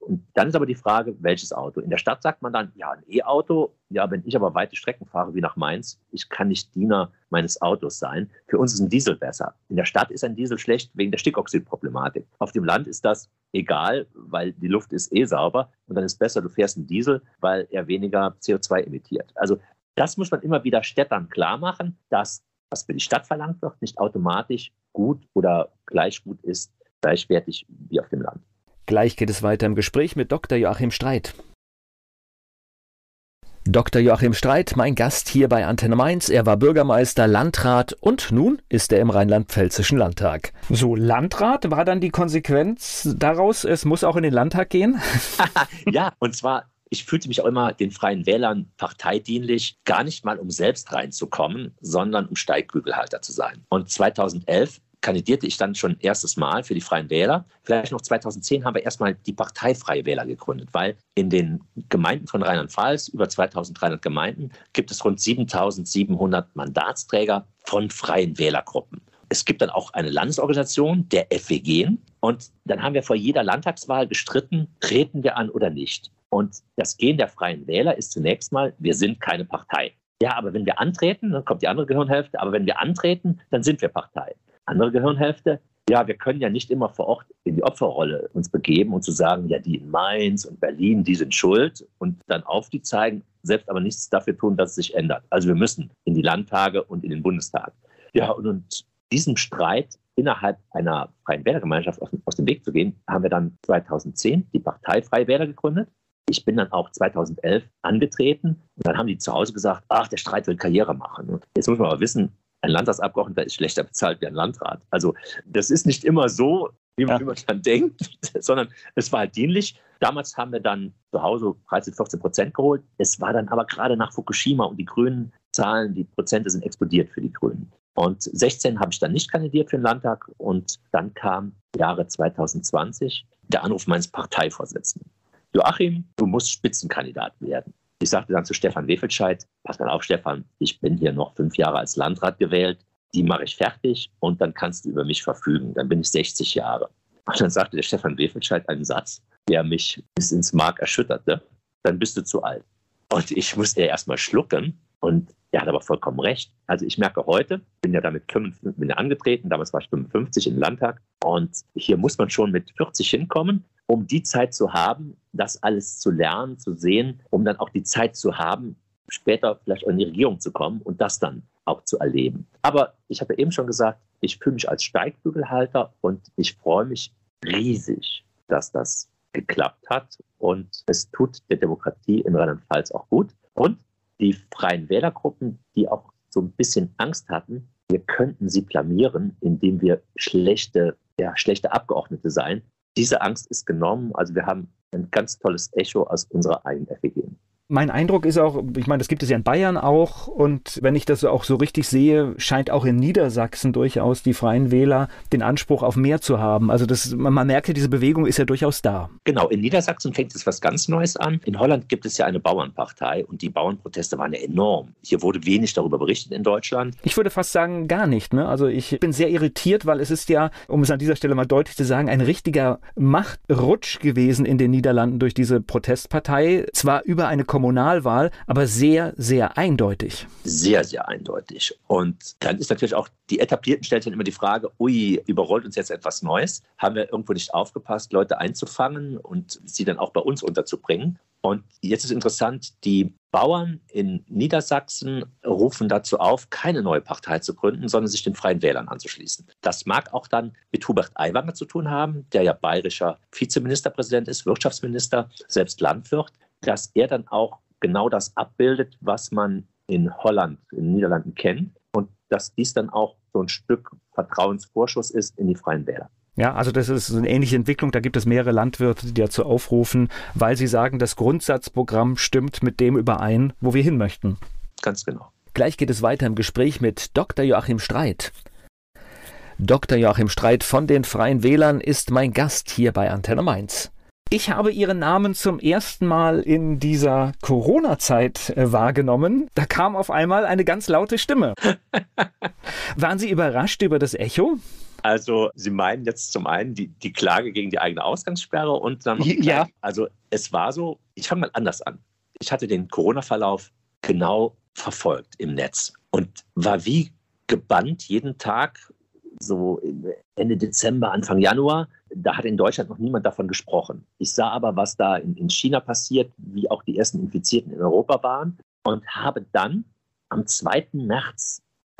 Und dann ist aber die Frage, welches Auto? In der Stadt sagt man dann, ja, ein E-Auto. Ja, wenn ich aber weite Strecken fahre, wie nach Mainz, ich kann nicht Diener meines Autos sein. Für uns ist ein Diesel besser. In der Stadt ist ein Diesel schlecht wegen der Stickoxidproblematik. Auf dem Land ist das egal, weil die Luft ist sauber. Und dann ist besser, du fährst einen Diesel, weil er weniger CO2 emittiert. Also das muss man immer wieder Städtern klar machen, dass was für die Stadt verlangt wird, nicht automatisch gut oder gleich gut ist, gleichwertig wie auf dem Land. Gleich geht es weiter im Gespräch mit Dr. Joachim Streit. Dr. Joachim Streit, mein Gast hier bei Antenne Mainz. Er war Bürgermeister, Landrat und nun ist er im Rheinland-Pfälzischen Landtag. So, Landrat war dann die Konsequenz daraus, es muss auch in den Landtag gehen? Ja, und zwar, ich fühlte mich auch immer den Freien Wählern parteidienlich, gar nicht mal um selbst reinzukommen, sondern um Steigbügelhalter zu sein. Und 2011 kandidierte ich dann schon erstes Mal für die Freien Wähler. Vielleicht noch 2010 haben wir erstmal die Partei Freie Wähler gegründet, weil in den Gemeinden von Rheinland-Pfalz, über 2300 Gemeinden, gibt es rund 7700 Mandatsträger von Freien Wählergruppen. Es gibt dann auch eine Landesorganisation, der FWG. Und dann haben wir vor jeder Landtagswahl gestritten, treten wir an oder nicht. Und das Gen der Freien Wähler ist zunächst mal, wir sind keine Partei. Ja, aber wenn wir antreten, dann kommt die andere Gehirnhälfte, aber wenn wir antreten, dann sind wir Partei. Andere Gehirnhälfte, ja, wir können ja nicht immer vor Ort in die Opferrolle uns begeben und zu sagen, ja, die in Mainz und Berlin, die sind schuld und dann auf die zeigen, selbst aber nichts dafür tun, dass es sich ändert. Also wir müssen in die Landtage und in den Bundestag. Ja, und diesem Streit innerhalb einer Freien Wählergemeinschaft aus dem Weg zu gehen, haben wir dann 2010 die Partei Freie Wähler gegründet. Ich bin dann auch 2011 angetreten und dann haben die zu Hause gesagt, ach, der Streit will Karriere machen. Und jetzt muss man aber wissen, ein Landtagsabgeordneter ist schlechter bezahlt wie ein Landrat. Also das ist nicht immer so, wie man dann denkt, sondern es war halt dienlich. Damals haben wir dann zu Hause 13-14% geholt. Es war dann aber gerade nach Fukushima und die grünen Zahlen, die Prozente sind explodiert für die Grünen. Und 2016 habe ich dann nicht kandidiert für den Landtag und dann kam Jahre 2020 der Anruf meines Parteivorsitzenden. Joachim, du musst Spitzenkandidat werden. Ich sagte dann zu Stefan Wefelscheid, pass mal auf Stefan, ich bin hier noch 5 Jahre als Landrat gewählt, die mache ich fertig und dann kannst du über mich verfügen, dann bin ich 60 Jahre. Und dann sagte der Stefan Wefelscheid einen Satz, der mich bis ins Mark erschütterte, dann bist du zu alt. Und ich musste ja erstmal schlucken und er hat aber vollkommen recht. Also ich merke heute, bin ja damit 55, bin ja angetreten, damals war ich 55 im Landtag und hier muss man schon mit 40 hinkommen, um die Zeit zu haben, das alles zu lernen, zu sehen, um dann auch die Zeit zu haben, später vielleicht auch in die Regierung zu kommen und das dann auch zu erleben. Aber ich habe ja eben schon gesagt, ich fühle mich als Steigbügelhalter und ich freue mich riesig, dass das geklappt hat und es tut der Demokratie in Rheinland-Pfalz auch gut. Und die Freien Wählergruppen, die auch so ein bisschen Angst hatten, wir könnten sie blamieren, indem wir schlechte Abgeordnete seien. Diese Angst ist genommen. Also wir haben ein ganz tolles Echo aus unserer eigenen FWG. Mein Eindruck ist auch, ich meine, das gibt es ja in Bayern auch und wenn ich das auch so richtig sehe, scheint auch in Niedersachsen durchaus die Freien Wähler den Anspruch auf mehr zu haben. Also man merkt ja, diese Bewegung ist ja durchaus da. Genau, in Niedersachsen fängt es was ganz Neues an. In Holland gibt es ja eine Bauernpartei und die Bauernproteste waren ja enorm. Hier wurde wenig darüber berichtet in Deutschland. Ich würde fast sagen, gar nicht. Ne? Also ich bin sehr irritiert, weil es ist ja, um es an dieser Stelle mal deutlich zu sagen, ein richtiger Machtrutsch gewesen in den Niederlanden durch diese Protestpartei. Zwar über eine Kommunalwahl, aber sehr, sehr eindeutig. Sehr, sehr eindeutig. Und dann ist natürlich auch, die Etablierten stellen sich immer die Frage, ui, überrollt uns jetzt etwas Neues? Haben wir irgendwo nicht aufgepasst, Leute einzufangen und sie dann auch bei uns unterzubringen? Und jetzt ist interessant, die Bauern in Niedersachsen rufen dazu auf, keine neue Partei zu gründen, sondern sich den Freien Wählern anzuschließen. Das mag auch dann mit Hubert Aiwanger zu tun haben, der ja bayerischer Vizeministerpräsident ist, Wirtschaftsminister, selbst Landwirt, dass er dann auch genau das abbildet, was man in Holland, in den Niederlanden kennt und dass dies dann auch so ein Stück Vertrauensvorschuss ist in die Freien Wähler. Ja, also das ist eine ähnliche Entwicklung. Da gibt es mehrere Landwirte, die dazu aufrufen, weil sie sagen, das Grundsatzprogramm stimmt mit dem überein, wo wir hin möchten. Ganz genau. Gleich geht es weiter im Gespräch mit Dr. Joachim Streit. Dr. Joachim Streit von den Freien Wählern ist mein Gast hier bei Antenne Mainz. Ich habe Ihren Namen zum ersten Mal in dieser Corona-Zeit wahrgenommen. Da kam auf einmal eine ganz laute Stimme. Waren Sie überrascht über das Echo? Also Sie meinen jetzt zum einen die Klage gegen die eigene Ausgangssperre und dann noch Ja. Also es war so, ich fange mal anders an. Ich hatte den Corona-Verlauf genau verfolgt im Netz und war wie gebannt jeden Tag, so Ende Dezember, Anfang Januar. Da hat in Deutschland noch niemand davon gesprochen. Ich sah aber, was da in China passiert, wie auch die ersten Infizierten in Europa waren und habe dann am 2. März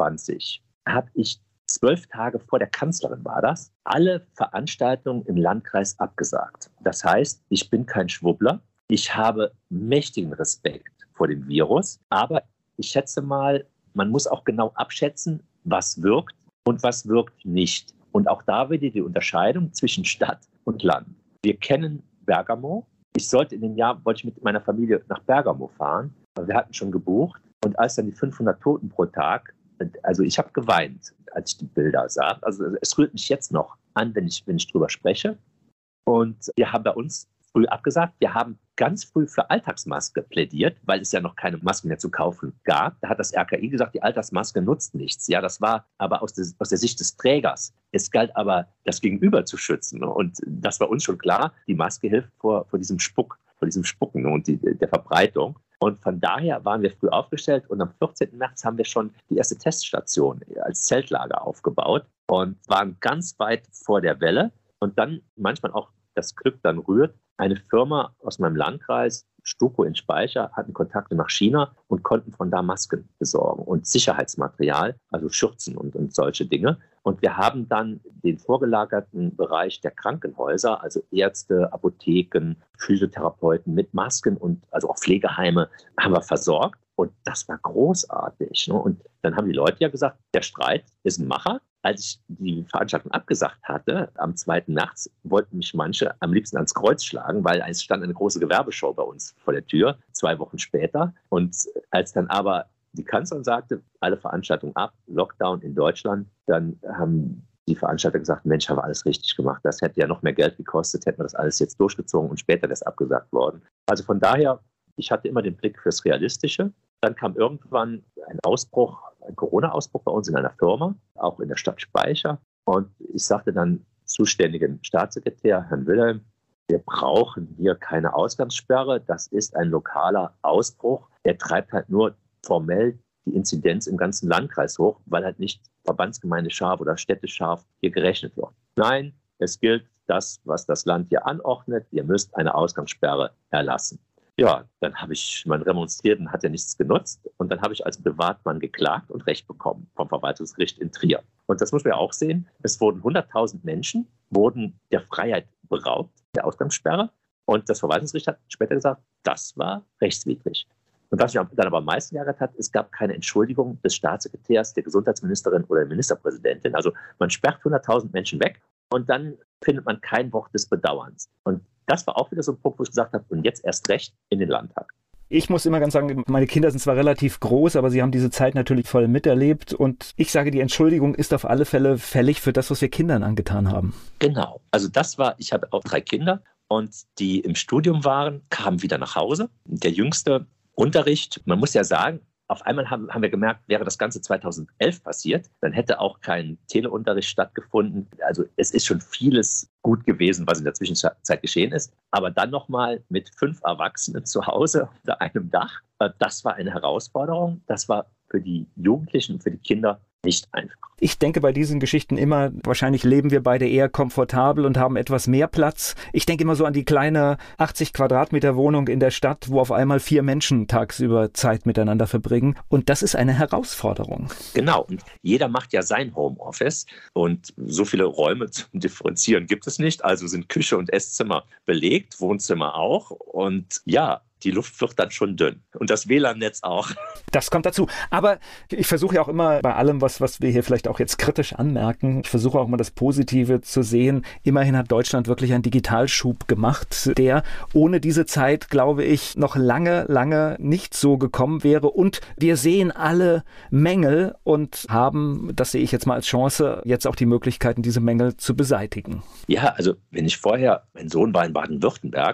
20 habe ich 12 Tage vor der Kanzlerin war das, alle Veranstaltungen im Landkreis abgesagt. Das heißt, ich bin kein Schwubbler. Ich habe mächtigen Respekt vor dem Virus. Aber ich schätze mal, man muss auch genau abschätzen, was wirkt und was wirkt nicht. Und auch da wieder die Unterscheidung zwischen Stadt und Land. Wir kennen Bergamo. Wollte ich mit meiner Familie nach Bergamo fahren. Aber wir hatten schon gebucht. Und als dann die 500 Toten pro Tag, also ich habe geweint, als ich die Bilder sah. Also es rührt mich jetzt noch an, wenn ich drüber spreche. Und wir haben bei uns früh abgesagt. Wir haben ganz früh für Alltagsmaske plädiert, weil es ja noch keine Masken mehr zu kaufen gab. Da hat das RKI gesagt, die Alltagsmaske nutzt nichts. Ja, das war aber aus der Sicht des Trägers. Es galt aber, das Gegenüber zu schützen. Und das war uns schon klar, die Maske hilft vor diesem Spucken und der Verbreitung. Und von daher waren wir früh aufgestellt und am 14. März haben wir schon die erste Teststation als Zeltlager aufgebaut und waren ganz weit vor der Welle. Und dann manchmal auch das Glück dann rührt. Eine Firma aus meinem Landkreis, Stuko in Speicher, hatten Kontakte nach China und konnten von da Masken besorgen und Sicherheitsmaterial, also Schürzen und solche Dinge. Und wir haben dann den vorgelagerten Bereich der Krankenhäuser, also Ärzte, Apotheken, Physiotherapeuten mit Masken und also auch Pflegeheime, haben wir versorgt. Und das war großartig. Ne? Und dann haben die Leute ja gesagt, der Streit ist ein Macher. Als ich die Veranstaltung abgesagt hatte, am 2. März, wollten mich manche am liebsten ans Kreuz schlagen, weil es stand eine große Gewerbeshow bei uns vor der Tür, 2 Wochen später. Und als dann aber die Kanzlerin sagte, alle Veranstaltungen ab, Lockdown in Deutschland, dann haben die Veranstalter gesagt, Mensch, haben wir alles richtig gemacht. Das hätte ja noch mehr Geld gekostet, hätten wir das alles jetzt durchgezogen und später wäre es abgesagt worden. Also von daher, ich hatte immer den Blick fürs Realistische. Dann kam irgendwann ein Corona-Ausbruch bei uns in einer Firma, auch in der Stadt Speicher. Und ich sagte dann zuständigen Staatssekretär, Herrn Wilhelm, wir brauchen hier keine Ausgangssperre. Das ist ein lokaler Ausbruch. Der treibt halt nur formell die Inzidenz im ganzen Landkreis hoch, weil halt nicht Verbandsgemeinde scharf oder Städte scharf hier gerechnet wird. Nein, es gilt das, was das Land hier anordnet. Ihr müsst eine Ausgangssperre erlassen. Ja, dann habe ich remonstriert und hat ja nichts genutzt. Und dann habe ich als Privatmann geklagt und Recht bekommen vom Verwaltungsgericht in Trier. Und das muss man ja auch sehen. Es wurden 100.000 Menschen der Freiheit beraubt, der Ausgangssperre. Und das Verwaltungsgericht hat später gesagt, das war rechtswidrig. Und was mich dann aber am meisten geärgert hat, es gab keine Entschuldigung des Staatssekretärs, der Gesundheitsministerin oder der Ministerpräsidentin. Also man sperrt 100.000 Menschen weg und dann findet man kein Wort des Bedauerns. Und das war auch wieder so ein Punkt, wo ich gesagt habe, und jetzt erst recht in den Landtag. Ich muss immer ganz sagen, meine Kinder sind zwar relativ groß, aber sie haben diese Zeit natürlich voll miterlebt. Und ich sage, die Entschuldigung ist auf alle Fälle fällig für das, was wir Kindern angetan haben. Genau. Also ich habe auch 3 Kinder und die im Studium waren, kamen wieder nach Hause. Der jüngste Unterricht, man muss ja sagen, auf einmal haben wir gemerkt, wäre das Ganze 2011 passiert, dann hätte auch kein Teleunterricht stattgefunden. Also es ist schon vieles gut gewesen, was in der Zwischenzeit geschehen ist. Aber dann nochmal mit 5 Erwachsenen zu Hause unter einem Dach, das war eine Herausforderung. Das war für die Jugendlichen und für die Kinder nicht einfach. Ich denke bei diesen Geschichten immer, wahrscheinlich leben wir beide eher komfortabel und haben etwas mehr Platz. Ich denke immer so an die kleine 80 Quadratmeter Wohnung in der Stadt, wo auf einmal 4 Menschen tagsüber Zeit miteinander verbringen. Und das ist eine Herausforderung. Genau. Und jeder macht ja sein Homeoffice. Und so viele Räume zum Differenzieren gibt es nicht. Also sind Küche und Esszimmer belegt, Wohnzimmer auch. Und ja, die Luft wird dann schon dünn. Und das WLAN-Netz auch. Das kommt dazu. Aber ich versuche ja auch immer bei allem, was wir hier vielleicht auch jetzt kritisch anmerken, ich versuche auch mal das Positive zu sehen. Immerhin hat Deutschland wirklich einen Digitalschub gemacht, der ohne diese Zeit, glaube ich, noch lange, lange nicht so gekommen wäre. Und wir sehen alle Mängel und haben, das sehe ich jetzt mal als Chance, jetzt auch die Möglichkeiten, diese Mängel zu beseitigen. Ja, also wenn ich vorher, mein Sohn war in Baden-Württemberg,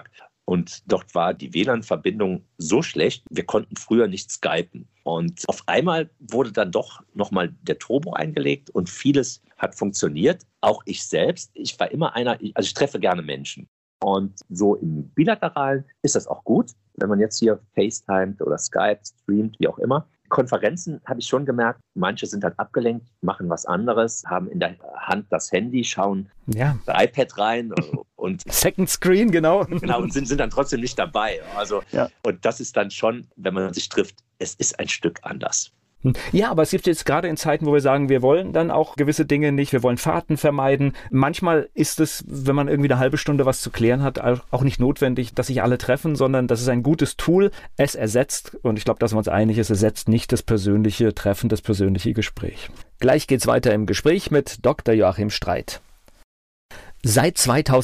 Und dort war die WLAN-Verbindung so schlecht, wir konnten früher nicht skypen. Und auf einmal wurde dann doch nochmal der Turbo eingelegt und vieles hat funktioniert. Auch ich selbst, ich war immer ich treffe gerne Menschen. Und so im Bilateralen ist das auch gut, wenn man jetzt hier FaceTimet oder Skype streamt, wie auch immer. Konferenzen habe ich schon gemerkt, manche sind halt abgelenkt, machen was anderes, haben in der Hand das Handy, schauen das iPad rein und Second Screen, genau. Genau, und sind dann trotzdem nicht dabei. Also, und das ist dann schon, wenn man sich trifft, es ist ein Stück anders. Ja, aber es gibt jetzt gerade in Zeiten, wo wir sagen, wir wollen dann auch gewisse Dinge nicht, wir wollen Fahrten vermeiden. Manchmal ist es, wenn man irgendwie eine halbe Stunde was zu klären hat, auch nicht notwendig, dass sich alle treffen, sondern das ist ein gutes Tool. Es ersetzt, und ich glaube, dass wir uns einig sind, es ersetzt nicht das persönliche Treffen, das persönliche Gespräch. Gleich geht's weiter im Gespräch mit Dr. Joachim Streit. Seit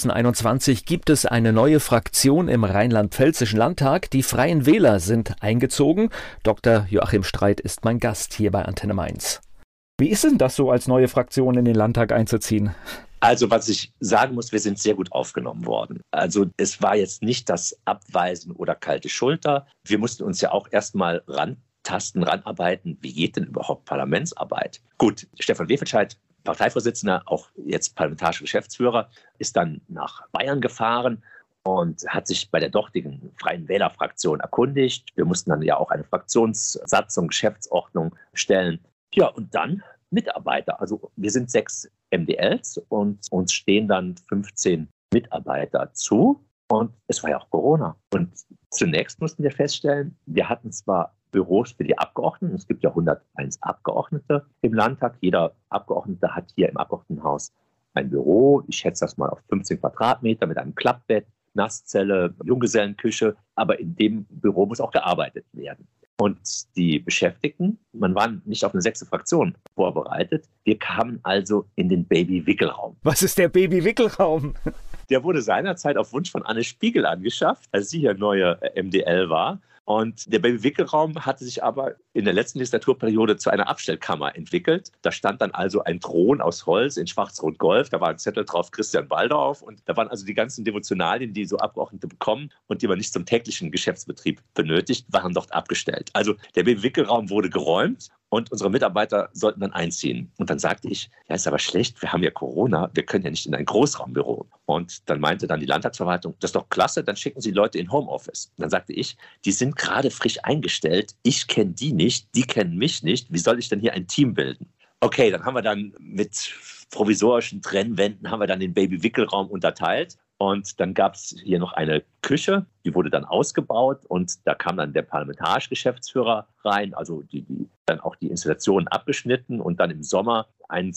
2021 gibt es eine neue Fraktion im Rheinland-Pfälzischen Landtag. Die Freien Wähler sind eingezogen. Dr. Joachim Streit ist mein Gast hier bei Antenne Mainz. Wie ist denn das so, als neue Fraktion in den Landtag einzuziehen? Also was ich sagen muss, wir sind sehr gut aufgenommen worden. Also es war jetzt nicht das Abweisen oder kalte Schulter. Wir mussten uns ja auch erstmal ranarbeiten. Wie geht denn überhaupt Parlamentsarbeit? Gut, Stefan Wefelscheid, Parteivorsitzender, auch jetzt parlamentarischer Geschäftsführer, ist dann nach Bayern gefahren und hat sich bei der dortigen Freien Wählerfraktion erkundigt. Wir mussten dann ja auch eine Fraktionssatzung, Geschäftsordnung stellen. Ja, und dann Mitarbeiter. Also wir sind 6 MDLs und uns stehen dann 15 Mitarbeiter zu. Und es war ja auch Corona. Und zunächst mussten wir feststellen, wir hatten zwar Büros für die Abgeordneten. Es gibt ja 101 Abgeordnete im Landtag. Jeder Abgeordnete hat hier im Abgeordnetenhaus ein Büro. Ich schätze das mal auf 15 Quadratmeter mit einem Klappbett, Nasszelle, Junggesellenküche. Aber in dem Büro muss auch gearbeitet werden. Und die Beschäftigten, man war nicht auf eine 6. Fraktion vorbereitet. Wir kamen also in den Baby-Wickelraum. Was ist der Baby-Wickelraum? Der wurde seinerzeit auf Wunsch von Anne Spiegel angeschafft, als sie hier neue MDL war. Und der Baby-Wickelraum hatte sich aber in der letzten Legislaturperiode zu einer Abstellkammer entwickelt. Da stand dann also ein Thron aus Holz in Schwarz-Rot-Gold. Da war ein Zettel drauf, Christian Baldauf. Und da waren also die ganzen Devotionalien, die so Abgeordnete bekommen und die man nicht zum täglichen Geschäftsbetrieb benötigt, waren dort abgestellt. Also der Baby-Wickelraum wurde geräumt und unsere Mitarbeiter sollten dann einziehen. Und dann sagte ich, ja, ist aber schlecht, wir haben ja Corona, wir können ja nicht in ein Großraumbüro. Und dann meinte dann die Landtagsverwaltung, das ist doch klasse, dann schicken Sie Leute in Homeoffice. Und dann sagte ich, die sind gerade frisch eingestellt, ich kenne die nicht, die kennen mich nicht, wie soll ich denn hier ein Team bilden? Okay, dann haben wir dann mit provisorischen Trennwänden haben wir dann den Baby-Wickelraum unterteilt. Und dann gab es hier noch eine Küche, die wurde dann ausgebaut und da kam dann der parlamentarische Geschäftsführer rein, also die dann auch die Installationen abgeschnitten und dann im Sommer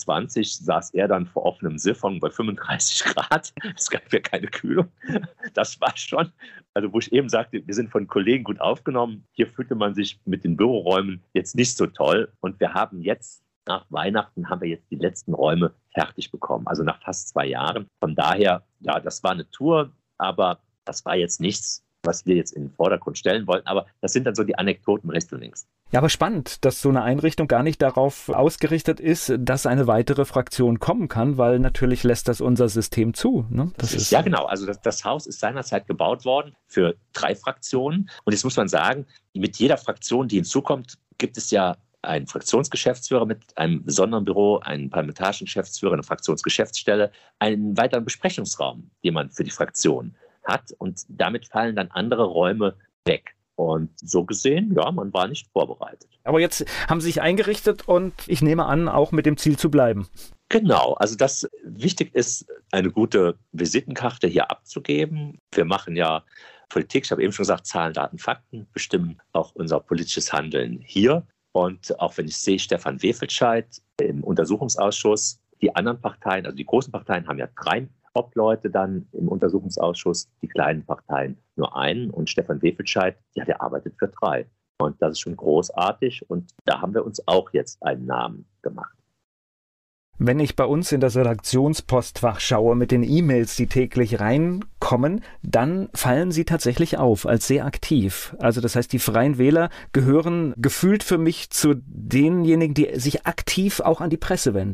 21 saß er dann vor offenem Siphon bei 35 Grad. Es gab ja keine Kühlung. Das war schon, also wo ich eben sagte, wir sind von Kollegen gut aufgenommen. Hier fühlte man sich mit den Büroräumen jetzt nicht so toll und wir haben jetzt nach Weihnachten haben wir jetzt die letzten Räume fertig bekommen, also nach fast 2 Jahren. Von daher, ja, das war eine Tour, aber das war jetzt nichts, was wir jetzt in den Vordergrund stellen wollten. Aber das sind dann so die Anekdoten rechts und links. Ja, aber spannend, dass so eine Einrichtung gar nicht darauf ausgerichtet ist, dass eine weitere Fraktion kommen kann, weil natürlich lässt das unser System zu. Ne? Ja, genau. Also das Haus ist seinerzeit gebaut worden für 3 Fraktionen. Und jetzt muss man sagen, mit jeder Fraktion, die hinzukommt, gibt es ja einen Fraktionsgeschäftsführer mit einem besonderen Büro, einen parlamentarischen Geschäftsführer, eine Fraktionsgeschäftsstelle, einen weiteren Besprechungsraum, den man für die Fraktion hat. Und damit fallen dann andere Räume weg. Und so gesehen, ja, man war nicht vorbereitet. Aber jetzt haben Sie sich eingerichtet und ich nehme an, auch mit dem Ziel zu bleiben. Genau, also das wichtig ist, eine gute Visitenkarte hier abzugeben. Wir machen ja Politik, ich habe eben schon gesagt, Zahlen, Daten, Fakten bestimmen auch unser politisches Handeln hier. Und auch wenn ich sehe, Stefan Wefelscheid im Untersuchungsausschuss, die anderen Parteien, also die großen Parteien haben ja 3 Obleute dann im Untersuchungsausschuss, die kleinen Parteien nur einen. Und Stefan Wefelscheid, ja, der arbeitet für 3. Und das ist schon großartig. Und da haben wir uns auch jetzt einen Namen gemacht. Wenn ich bei uns in das Redaktionspostfach schaue mit den E-Mails, die täglich reinkommen, dann fallen sie tatsächlich auf als sehr aktiv. Also das heißt, die Freien Wähler gehören gefühlt für mich zu denjenigen, die sich aktiv auch an die Presse wenden.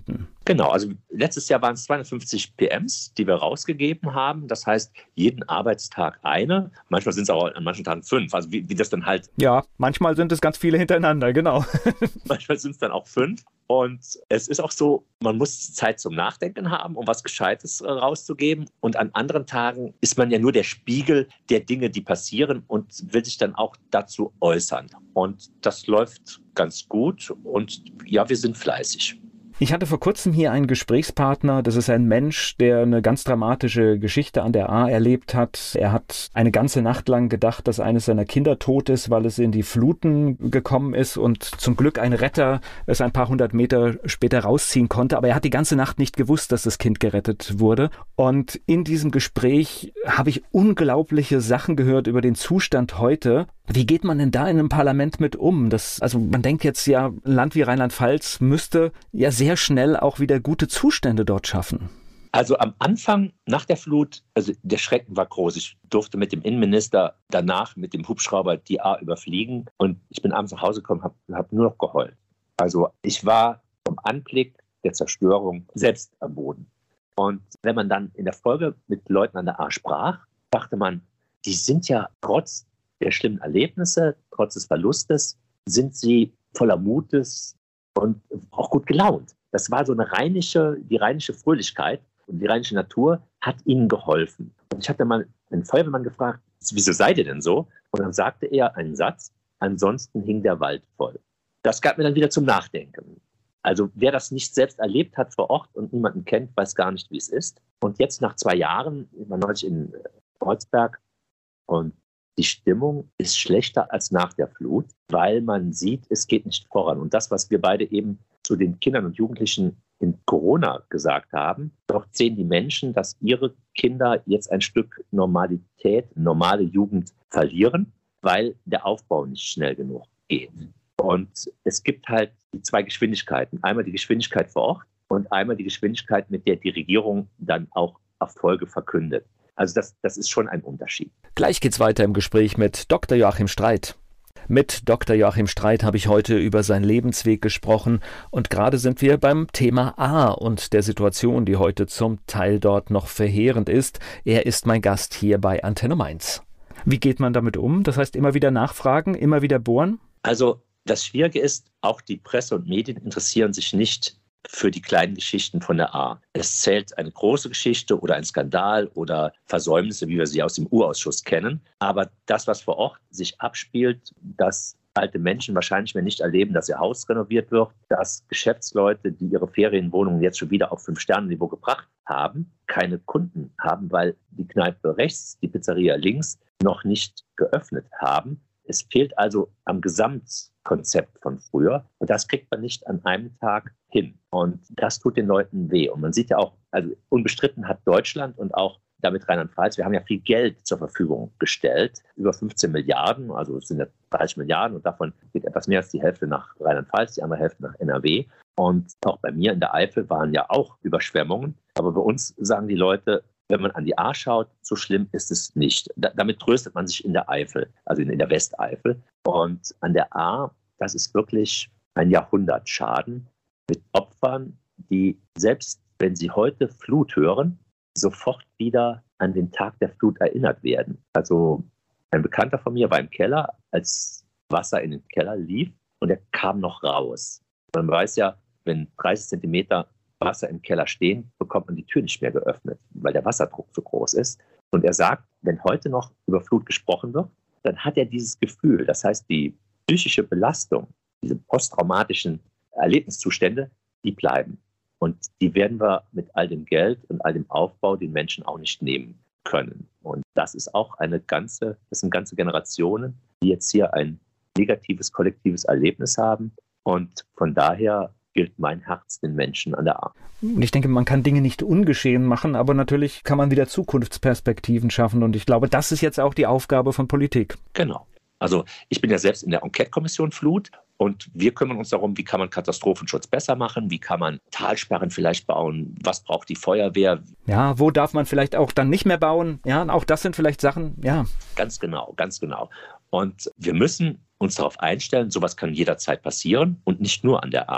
Genau, also letztes Jahr waren es 250 PMs, die wir rausgegeben haben. Das heißt, jeden Arbeitstag eine. Manchmal sind es auch an manchen Tagen 5. Also wie das dann halt. Ja, manchmal sind es ganz viele hintereinander, genau. Manchmal sind es dann auch 5. Und es ist auch so, man muss Zeit zum Nachdenken haben, um was Gescheites rauszugeben. Und an anderen Tagen ist man ja nur der Spiegel der Dinge, die passieren und will sich dann auch dazu äußern. Und das läuft ganz gut und ja, wir sind fleißig. Ich hatte vor kurzem hier einen Gesprächspartner, das ist ein Mensch, der eine ganz dramatische Geschichte an der Ahr erlebt hat. Er hat eine ganze Nacht lang gedacht, dass eines seiner Kinder tot ist, weil es in die Fluten gekommen ist und zum Glück ein Retter es ein paar hundert Meter später rausziehen konnte. Aber er hat die ganze Nacht nicht gewusst, dass das Kind gerettet wurde. Und in diesem Gespräch habe ich unglaubliche Sachen gehört über den Zustand heute. Wie geht man denn da in einem Parlament mit um? Also man denkt jetzt ja, ein Land wie Rheinland-Pfalz müsste ja sehr schnell auch wieder gute Zustände dort schaffen. Also am Anfang, nach der Flut, also der Schrecken war groß. Ich durfte mit dem Innenminister danach mit dem Hubschrauber die Ahr überfliegen und ich bin abends nach Hause gekommen, hab nur noch geheult. Also ich war vom Anblick der Zerstörung selbst am Boden. Und wenn man dann in der Folge mit Leuten an der Ahr sprach, dachte man, die sind ja trotz der schlimmen Erlebnisse, trotz des Verlustes, sind sie voller Mutes und auch gut gelaunt. Das war so die rheinische Fröhlichkeit und die rheinische Natur hat ihnen geholfen. Und ich hatte mal einen Feuerwehrmann gefragt, wieso seid ihr denn so? Und dann sagte er einen Satz, ansonsten hing der Wald voll. Das gab mir dann wieder zum Nachdenken. Also wer das nicht selbst erlebt hat vor Ort und niemanden kennt, weiß gar nicht, wie es ist. Und jetzt nach 2 Jahren, ich war neulich in Kreuzberg und die Stimmung ist schlechter als nach der Flut, weil man sieht, es geht nicht voran. Und das, was wir beide eben zu den Kindern und Jugendlichen in Corona gesagt haben, dort sehen die Menschen, dass ihre Kinder jetzt ein Stück Normalität, normale Jugend verlieren, weil der Aufbau nicht schnell genug geht. Und es gibt halt die 2 Geschwindigkeiten. Einmal die Geschwindigkeit vor Ort und einmal die Geschwindigkeit, mit der die Regierung dann auch Erfolge verkündet. Also das ist schon ein Unterschied. Gleich geht's weiter im Gespräch mit Dr. Joachim Streit. Mit Dr. Joachim Streit habe ich heute über seinen Lebensweg gesprochen und gerade sind wir beim Thema Ahr und der Situation, die heute zum Teil dort noch verheerend ist. Er ist mein Gast hier bei Antenne Mainz. Wie geht man damit um? Das heißt, immer wieder nachfragen, immer wieder bohren? Also das Schwierige ist, auch die Presse und Medien interessieren sich nicht für die kleinen Geschichten von der Ahr. Es zählt eine große Geschichte oder ein Skandal oder Versäumnisse, wie wir sie aus dem Urausschuss kennen. Aber das, was vor Ort sich abspielt, dass alte Menschen wahrscheinlich mehr nicht erleben, dass ihr Haus renoviert wird, dass Geschäftsleute, die ihre Ferienwohnungen jetzt schon wieder auf 5-Sterne-Niveau gebracht haben, keine Kunden haben, weil die Kneipe rechts, die Pizzeria links noch nicht geöffnet haben. Es fehlt also am Gesamtkonzept von früher und das kriegt man nicht an einem Tag hin. Und das tut den Leuten weh. Und man sieht ja auch, also unbestritten hat Deutschland und auch damit Rheinland-Pfalz, wir haben ja viel Geld zur Verfügung gestellt, über 15 Milliarden, also es sind ja 30 Milliarden und davon geht etwas mehr als die Hälfte nach Rheinland-Pfalz, die andere Hälfte nach NRW. Und auch bei mir in der Eifel waren ja auch Überschwemmungen. Aber bei uns sagen die Leute, wenn man an die Ahr schaut, so schlimm ist es nicht. Damit tröstet man sich in der Eifel, also in der Westeifel. Und an der Ahr, das ist wirklich ein Jahrhundertschaden mit Opfern, die selbst wenn sie heute Flut hören, sofort wieder an den Tag der Flut erinnert werden. Also ein Bekannter von mir war im Keller, als Wasser in den Keller lief und er kam noch raus. Man weiß ja, wenn 30 Zentimeter Wasser im Keller stehen, bekommt man die Tür nicht mehr geöffnet, weil der Wasserdruck so groß ist. Und er sagt, wenn heute noch über Flut gesprochen wird, dann hat er dieses Gefühl. Das heißt, die psychische Belastung, diese posttraumatischen Erlebniszustände, die bleiben. Und die werden wir mit all dem Geld und all dem Aufbau den Menschen auch nicht nehmen können. Und das ist auch das sind ganze Generationen, die jetzt hier ein negatives, kollektives Erlebnis haben. Und von daher gilt mein Herz den Menschen an der Ahr. Und ich denke, man kann Dinge nicht ungeschehen machen, aber natürlich kann man wieder Zukunftsperspektiven schaffen. Und ich glaube, das ist jetzt auch die Aufgabe von Politik. Genau. Also ich bin ja selbst in der Enquete-Kommission Flut und wir kümmern uns darum, wie kann man Katastrophenschutz besser machen, wie kann man Talsperren vielleicht bauen, was braucht die Feuerwehr. Ja, wo darf man vielleicht auch dann nicht mehr bauen? Ja, auch das sind vielleicht Sachen, ja. Ganz genau, ganz genau. Und wir müssen uns darauf einstellen, sowas kann jederzeit passieren und nicht nur an der Ahr.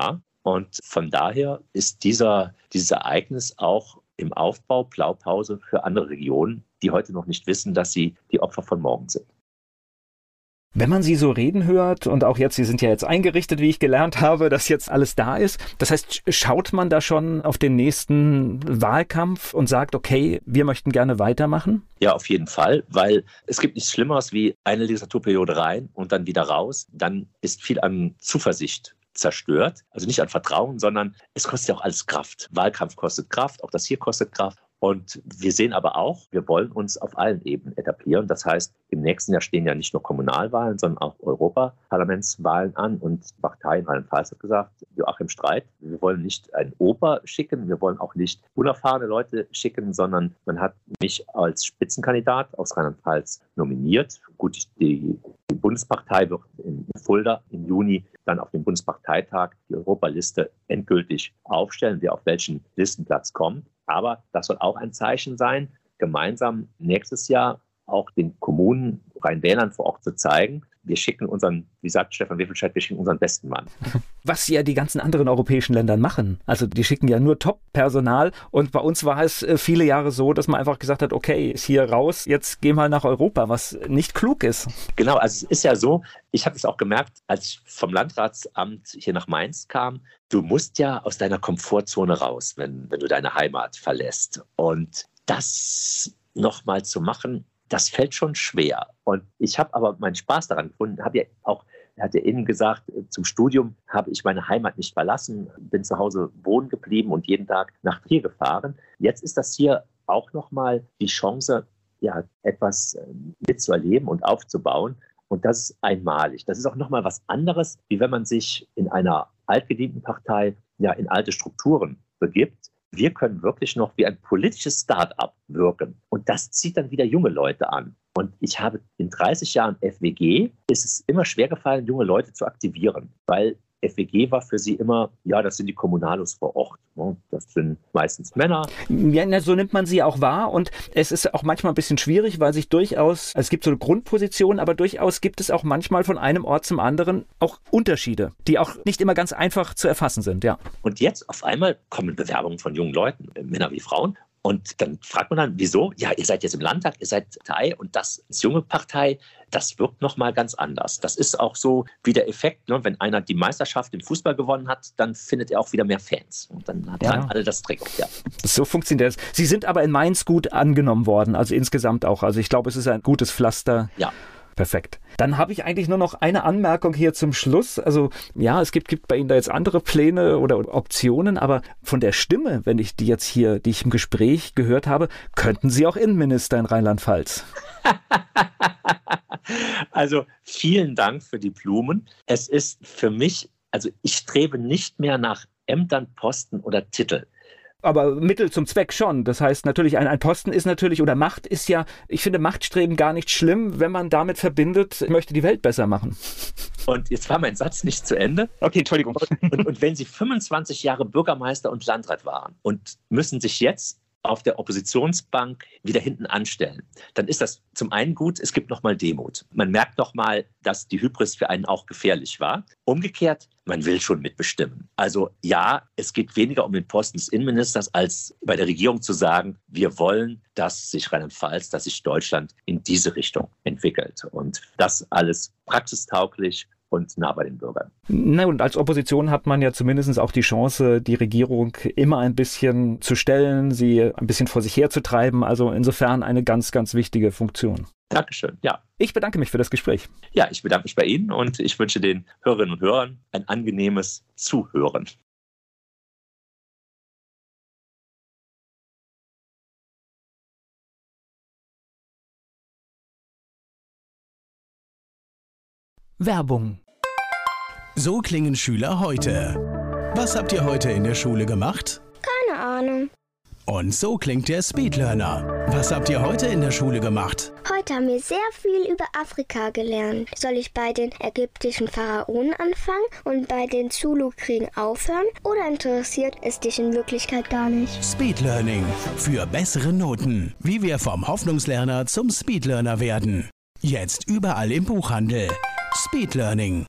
Und von daher ist dieses Ereignis auch im Aufbau Blaupause für andere Regionen, die heute noch nicht wissen, dass sie die Opfer von morgen sind. Wenn man Sie so reden hört und auch jetzt, Sie sind ja jetzt eingerichtet, wie ich gelernt habe, dass jetzt alles da ist. Das heißt, schaut man da schon auf den nächsten Wahlkampf und sagt, okay, wir möchten gerne weitermachen? Ja, auf jeden Fall, weil es gibt nichts Schlimmeres wie eine Legislaturperiode rein und dann wieder raus. Dann ist viel an Zuversicht zerstört. Also nicht an Vertrauen, sondern es kostet ja auch alles Kraft. Wahlkampf kostet Kraft, auch das hier kostet Kraft. Und wir sehen aber auch, wir wollen uns auf allen Ebenen etablieren. Das heißt, im nächsten Jahr stehen ja nicht nur Kommunalwahlen, sondern auch Europaparlamentswahlen an. Und die Partei in Rheinland-Pfalz hat gesagt, Joachim Streit, wir wollen nicht einen Oper schicken, wir wollen auch nicht unerfahrene Leute schicken, sondern man hat mich als Spitzenkandidat aus Rheinland-Pfalz nominiert. Gut, die Bundespartei wird in Fulda im Juni dann auf dem Bundesparteitag die Europaliste endgültig aufstellen, wer auf welchen Listenplatz kommt. Aber das soll auch ein Zeichen sein, gemeinsam nächstes Jahr auch den Kommunen, Rhein-Wählern vor Ort zu zeigen, wir schicken unseren, wie sagt Stefan Wefelscheid, wir schicken unseren besten Mann. Was ja die ganzen anderen europäischen Länder machen. Also die schicken ja nur Top-Personal und bei uns war es viele Jahre so, dass man einfach gesagt hat, okay, ist hier raus, jetzt geh mal nach Europa, was nicht klug ist. Genau, also es ist ja so, ich habe es auch gemerkt, als ich vom Landratsamt hier nach Mainz kam, du musst ja aus deiner Komfortzone raus, wenn du deine Heimat verlässt. Und das nochmal zu machen, das fällt schon schwer. Und ich habe aber meinen Spaß daran gefunden, habe ja auch, er hat ja eben gesagt, zum Studium habe ich meine Heimat nicht verlassen, bin zu Hause wohnen geblieben und jeden Tag nach Trier gefahren. Jetzt ist das hier auch nochmal die Chance, ja, etwas mitzuerleben und aufzubauen. Und das ist einmalig. Das ist auch nochmal was anderes, wie wenn man sich in einer altgedienten Partei ja in alte Strukturen begibt. Wir können wirklich noch wie ein politisches Start-up wirken. Und das zieht dann wieder junge Leute an. Und ich habe in 30 Jahren FWG, ist es immer schwer gefallen, junge Leute zu aktivieren, weil FWG war für sie immer, ja, das sind die Kommunalos vor Ort. Das sind meistens Männer. Ja, so nimmt man sie auch wahr und es ist auch manchmal ein bisschen schwierig, weil sich durchaus, es gibt so eine Grundposition, aber durchaus gibt es auch manchmal von einem Ort zum anderen auch Unterschiede, die auch nicht immer ganz einfach zu erfassen sind, ja. Und jetzt auf einmal kommen Bewerbungen von jungen Leuten, Männer wie Frauen. Und dann fragt man dann, wieso? Ja, ihr seid jetzt im Landtag, ihr seid Partei und das ist junge Partei, das wirkt nochmal ganz anders. Das ist auch so wie der Effekt, ne? Wenn einer die Meisterschaft im Fußball gewonnen hat, dann findet er auch wieder mehr Fans. Und dann tragen alle das Trikot. Ja. So funktioniert das. Sie sind aber in Mainz gut angenommen worden, also insgesamt auch. Also ich glaube, es ist ein gutes Pflaster. Ja. Perfekt. Dann habe ich eigentlich nur noch eine Anmerkung hier zum Schluss. Also ja, es gibt bei Ihnen da jetzt andere Pläne oder Optionen, aber von der Stimme, wenn ich die jetzt hier, die ich im Gespräch gehört habe, könnten Sie auch Innenminister in Rheinland-Pfalz. Also vielen Dank für die Blumen. Es ist für mich, also ich strebe nicht mehr nach Ämtern, Posten oder Titel. Aber Mittel zum Zweck schon. Das heißt natürlich, ein Posten ist natürlich, oder Macht ist ja, ich finde Machtstreben gar nicht schlimm, wenn man damit verbindet, ich möchte die Welt besser machen. Und jetzt war mein Satz nicht zu Ende. Okay, Entschuldigung. Und wenn Sie 25 Jahre Bürgermeister und Landrat waren und müssen sich jetzt auf der Oppositionsbank wieder hinten anstellen, dann ist das zum einen gut, es gibt nochmal Demut. Man merkt nochmal, dass die Hybris für einen auch gefährlich war. Umgekehrt, man will schon mitbestimmen. Also ja, es geht weniger um den Posten des Innenministers, als bei der Regierung zu sagen, wir wollen, dass sich Rheinland-Pfalz, dass sich Deutschland in diese Richtung entwickelt. Und das alles praxistauglich und nah bei den Bürgern. Na, und als Opposition hat man ja zumindest auch die Chance, die Regierung immer ein bisschen zu stellen, sie ein bisschen vor sich herzutreiben. Also insofern eine ganz, ganz wichtige Funktion. Dankeschön, ja. Ich bedanke mich für das Gespräch. Ja, ich bedanke mich bei Ihnen und ich wünsche den Hörerinnen und Hörern ein angenehmes Zuhören. Werbung. So klingen Schüler heute. Was habt ihr heute in der Schule gemacht? Keine Ahnung. Und so klingt der Speedlearner. Was habt ihr heute in der Schule gemacht? Heute haben wir sehr viel über Afrika gelernt. Soll ich bei den ägyptischen Pharaonen anfangen und bei den Zulu-Kriegen aufhören? Oder interessiert es dich in Wirklichkeit gar nicht? Speedlearning. Für bessere Noten. Wie wir vom Hoffnungslerner zum Speedlearner werden. Jetzt überall im Buchhandel. Speedlearning.